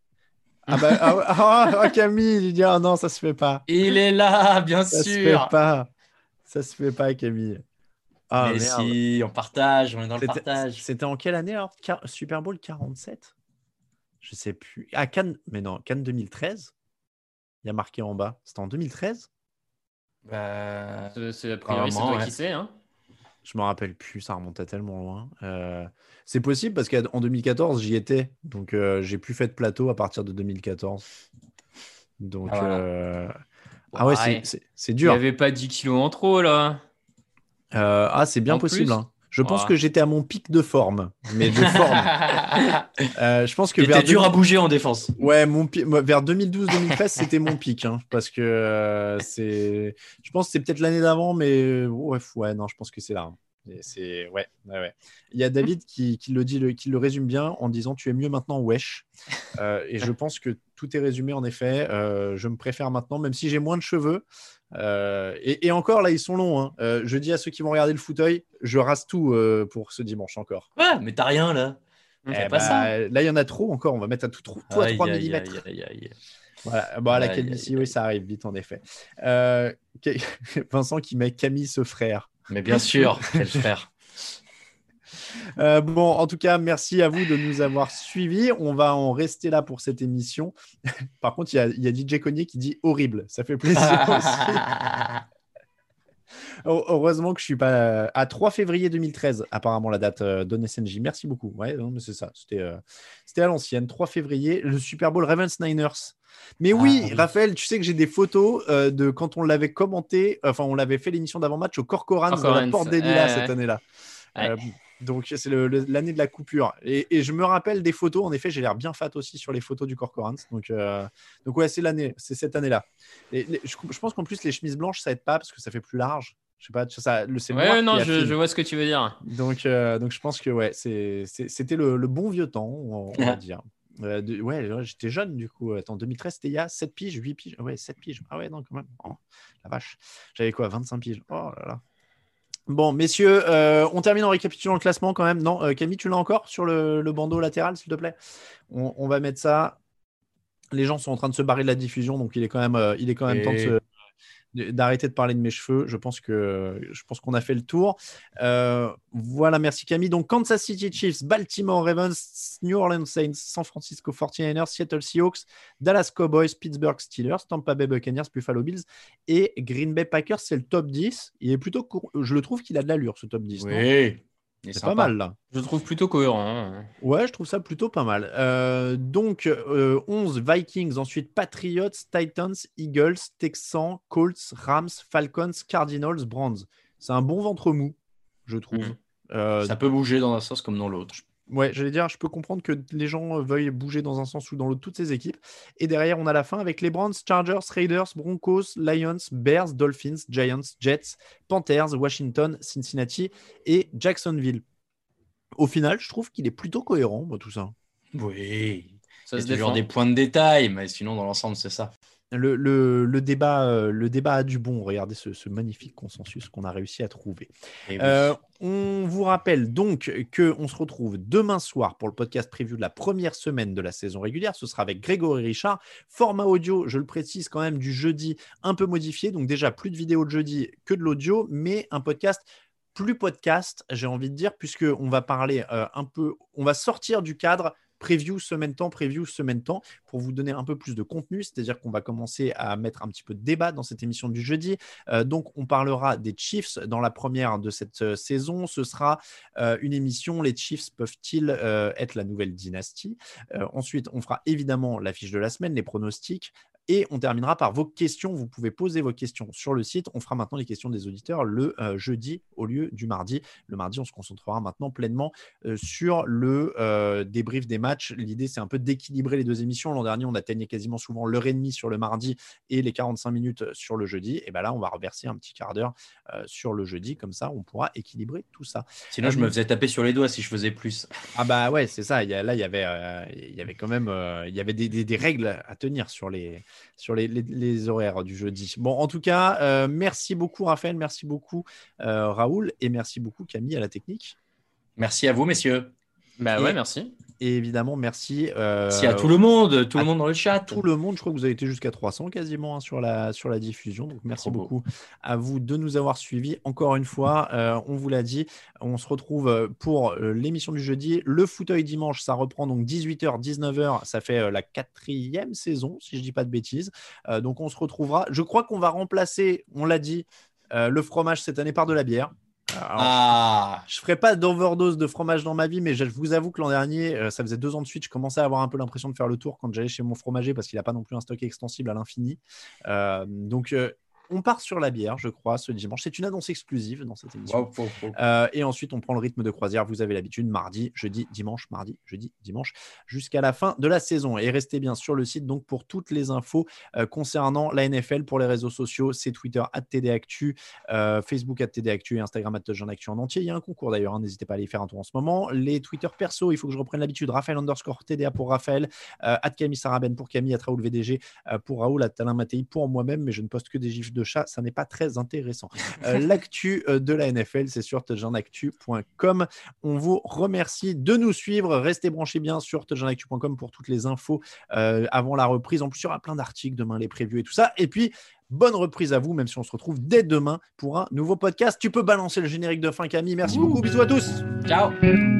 Camille, il dit non, ça se fait pas. Il est là, bien sûr. Ça se fait pas, Camille. Mais merde. Si, on partage, on est dans le partage. C'était en quelle année alors? Super Bowl 47? Je sais plus. Cannes, mais non, Cannes 2013. Il y a marqué en bas. C'était en 2013? Bah, A priori, c'est toi qui sais. Hein. Je me rappelle plus, ça remontait tellement loin. C'est possible parce qu'en 2014, j'y étais. Donc, j'ai plus fait de plateau à partir de 2014. Donc, Ouais. c'est Il n'y dur. avait pas 10 kilos en trop, là. C'est bien En possible. plus Hein. Je pense Ouais. que j'étais à mon pic de forme. Mais de forme. Je pense que T'étais dur à bouger en défense. Ouais, vers 2012-2013, c'était mon pic. Hein, parce que je pense que c'est peut-être l'année d'avant, mais ouais, non, je pense que c'est là. Hein. Ouais. Il y a David qui le dit, qui le résume bien en disant tu es mieux maintenant, wesh. Et je pense que tout est résumé en effet. Je me préfère maintenant, même si j'ai moins de cheveux. Et encore là, ils sont longs. Hein. Je dis à ceux qui vont regarder le fauteuil, je rase tout pour ce dimanche encore. Ouais, mais t'as rien là. Pas ça. Là, il y en a trop encore. On va mettre à tout à 3 mm. Voilà. Bon, à la calvitie, oui, ça arrive vite en effet. Vincent qui met Camille ce frère. Mais bien sûr, quel frère. Bon, en tout cas, merci à vous de nous avoir suivis. On va en rester là pour cette émission. Par contre, il y a DJ Cognier qui dit horrible. Ça fait plaisir aussi. Heureusement que je suis pas à 3 février 2013, apparemment la date d'OnSNJ. Merci beaucoup. Ouais, non, mais c'est ça. C'était à l'ancienne, 3 février, le Super Bowl Ravens Niners. Mais oui, Raphaël, tu sais que j'ai des photos de quand on l'avait commenté, enfin on l'avait fait l'émission d'avant-match au Corcoran de la Porte des Lilas cette année-là. Ouais. Donc c'est l'année de la coupure. Et je me rappelle des photos. En effet, j'ai l'air bien fat aussi sur les photos du Corcoran. Donc ouais, c'est cette année-là. Je pense qu'en plus les chemises blanches ça aide pas parce que ça fait plus large. Je sais pas, c'est le noir non, qui affine. je vois ce que tu veux dire. Donc je pense que ouais, c'était le bon vieux temps, on va dire. Ouais, j'étais jeune du coup. Attends, 2013, c'était il y a 7 piges, 8 piges. Ouais, 7 piges. Ah ouais, non, quand même. Oh, la vache. J'avais quoi, 25 piges. Oh là là. Bon, messieurs, on termine en récapitulant le classement quand même. Non, Camille, tu l'as encore sur le bandeau latéral, s'il te plaît. On va mettre ça. Les gens sont en train de se barrer de la diffusion, donc il est quand même temps d'arrêter de parler de mes cheveux. Je pense qu'on a fait le tour. Voilà, merci Camille. Donc Kansas City Chiefs, Baltimore Ravens, New Orleans Saints, San Francisco 49ers, Seattle Seahawks, Dallas Cowboys, Pittsburgh Steelers, Tampa Bay Buccaneers, Buffalo Bills et Green Bay Packers. C'est le top 10. Il est plutôt je le trouve qu'il a de l'allure, ce top 10. Oui. C'est pas mal là. Je le trouve plutôt cohérent. Ouais, je trouve ça plutôt pas mal. Donc, 11 Vikings, ensuite Patriots, Titans, Eagles, Texans, Colts, Rams, Falcons, Cardinals, Browns. C'est un bon ventre mou, je trouve. Ça peut bouger dans un sens comme dans l'autre. Ouais, j'allais dire, je peux comprendre que les gens veuillent bouger dans un sens ou dans l'autre, toutes ces équipes. Et derrière, on a la fin avec les Browns, Chargers, Raiders, Broncos, Lions, Bears, Dolphins, Giants, Jets, Panthers, Washington, Cincinnati et Jacksonville. Au final, je trouve qu'il est plutôt cohérent, tout ça. Oui, ça il y se a toujours défend. des points de détail, mais sinon, dans l'ensemble, c'est ça. Le débat a du bon. Regardez ce magnifique consensus qu'on a réussi à trouver. Et oui. On vous rappelle donc qu'on se retrouve demain soir pour le podcast preview de la première semaine de la saison régulière. Ce sera avec Grégory Richard. Format audio, je le précise quand même, du jeudi un peu modifié. Donc déjà, plus de vidéos de jeudi que de l'audio, mais un podcast plus podcast, j'ai envie de dire, puisqu'on va parler on va sortir du cadre preview semaine temps, pour vous donner un peu plus de contenu, c'est-à-dire qu'on va commencer à mettre un petit peu de débat dans cette émission du jeudi. Donc, on parlera des Chiefs dans la première de cette saison. Ce sera une émission, les Chiefs peuvent-ils être la nouvelle dynastie ? Ensuite, on fera évidemment la fiche de la semaine, les pronostics. Et on terminera par vos questions. Vous pouvez poser vos questions sur le site. On fera maintenant les questions des auditeurs le jeudi au lieu du mardi. Le mardi, on se concentrera maintenant pleinement sur le débrief des matchs. L'idée, c'est un peu d'équilibrer les deux émissions. L'an dernier, on atteignait quasiment souvent l'heure et demie sur le mardi et les 45 minutes sur le jeudi. Et bien là, on va reverser un petit quart d'heure sur le jeudi. Comme ça, on pourra équilibrer tout ça. Sinon, je me faisais taper sur les doigts si je faisais plus. Ah bah ouais, c'est ça. Là, il y avait quand même des règles à tenir sur les horaires du jeudi. Bon, en tout cas, merci beaucoup Raphaël, merci beaucoup Raoul et merci beaucoup Camille à la technique. Merci à vous, messieurs. Bah ouais, merci. Et évidemment, merci. Merci à tout le monde dans le chat. Tout le monde, je crois que vous avez été jusqu'à 300 quasiment sur la diffusion. Donc merci beaucoup à vous de nous avoir suivis. Encore une fois, on vous l'a dit, on se retrouve pour l'émission du jeudi. Le fauteuil dimanche, ça reprend donc 18h, 19h. Ça fait la 4e saison, si je ne dis pas de bêtises. Donc on se retrouvera. Je crois qu'on va remplacer, on l'a dit, le fromage cette année par de la bière. Alors, je ferai pas d'overdose de fromage dans ma vie, mais je vous avoue que l'an dernier, ça faisait 2 ans de suite, je commençais à avoir un peu l'impression de faire le tour quand j'allais chez mon fromager parce qu'il n'a pas non plus un stock extensible à l'infini. Donc, on part sur la bière, je crois, ce dimanche. C'est une annonce exclusive dans cette émission. Et ensuite, on prend le rythme de croisière. Vous avez l'habitude, mardi, jeudi, dimanche, mardi, jeudi, dimanche, jusqu'à la fin de la saison. Et restez bien sur le site donc pour toutes les infos concernant la NFL. Pour les réseaux sociaux, c'est Twitter @TDActu, Facebook @TDActu et Instagram @TouchdownActu en entier. Il y a un concours d'ailleurs, hein, n'hésitez pas à aller faire un tour en ce moment. Les Twitter perso, il faut que je reprenne l'habitude. Raphaël_TDA pour Raphaël, @Camille Saraben pour Camille, @Raoul VDG pour Raoul, @Alain Mattei pour moi-même, mais je ne poste que des gifs de chat, ça n'est pas très intéressant. L'actu de la NFL, c'est sur touchdownactu.com. On vous remercie de nous suivre. Restez branchés bien sur touchdownactu.com pour toutes les infos avant la reprise. En plus, il y aura plein d'articles demain, les previews et tout ça. Et puis, bonne reprise à vous, même si on se retrouve dès demain pour un nouveau podcast. Tu peux balancer le générique de fin, Camille. Merci beaucoup. Bisous à tous. Ciao.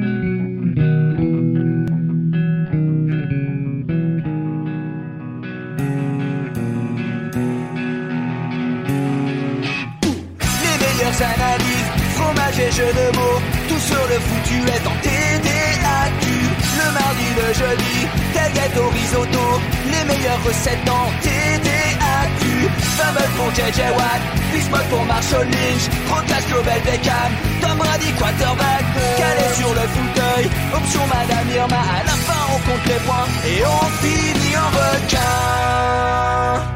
Analyse, fromage et jeux de mots, tout sur le foutu est en TDAQ. Le mardi, le jeudi, tailgate au risotto, les meilleures recettes en TDAQ. Fumble pour JJ Watt, Bismuth pour Marshall Lynch, Procast Global Beckham, Tom Brady quarterback, calé sur le fauteuil, option Madame Irma, à la fin on compte les points et on finit en requin.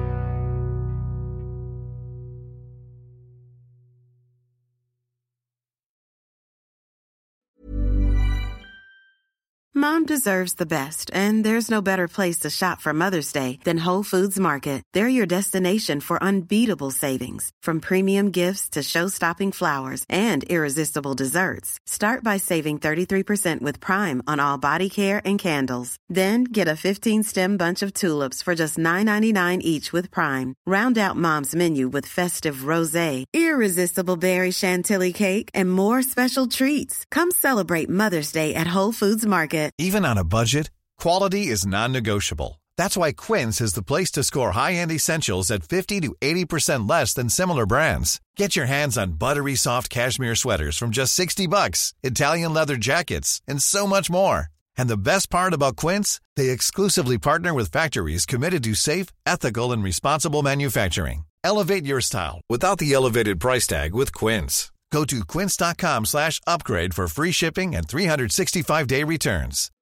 Mom deserves the best, and there's no better place to shop for Mother's Day than Whole Foods Market. They're your destination for unbeatable savings, from premium gifts to show-stopping flowers and irresistible desserts. Start by saving 33% with Prime on all body care and candles. Then get a 15-stem bunch of tulips for just $9.99 each with Prime. Round out Mom's menu with festive rosé, irresistible berry chantilly cake, and more special treats. Come celebrate Mother's Day at Whole Foods Market. Even on a budget, quality is non-negotiable. That's why Quince is the place to score high-end essentials at 50 to 80% less than similar brands. Get your hands on buttery soft cashmere sweaters from just $60, Italian leather jackets, and so much more. And the best part about Quince, they exclusively partner with factories committed to safe, ethical, and responsible manufacturing. Elevate your style without the elevated price tag with Quince. Go to quince.com/upgrade for free shipping and 365-day returns.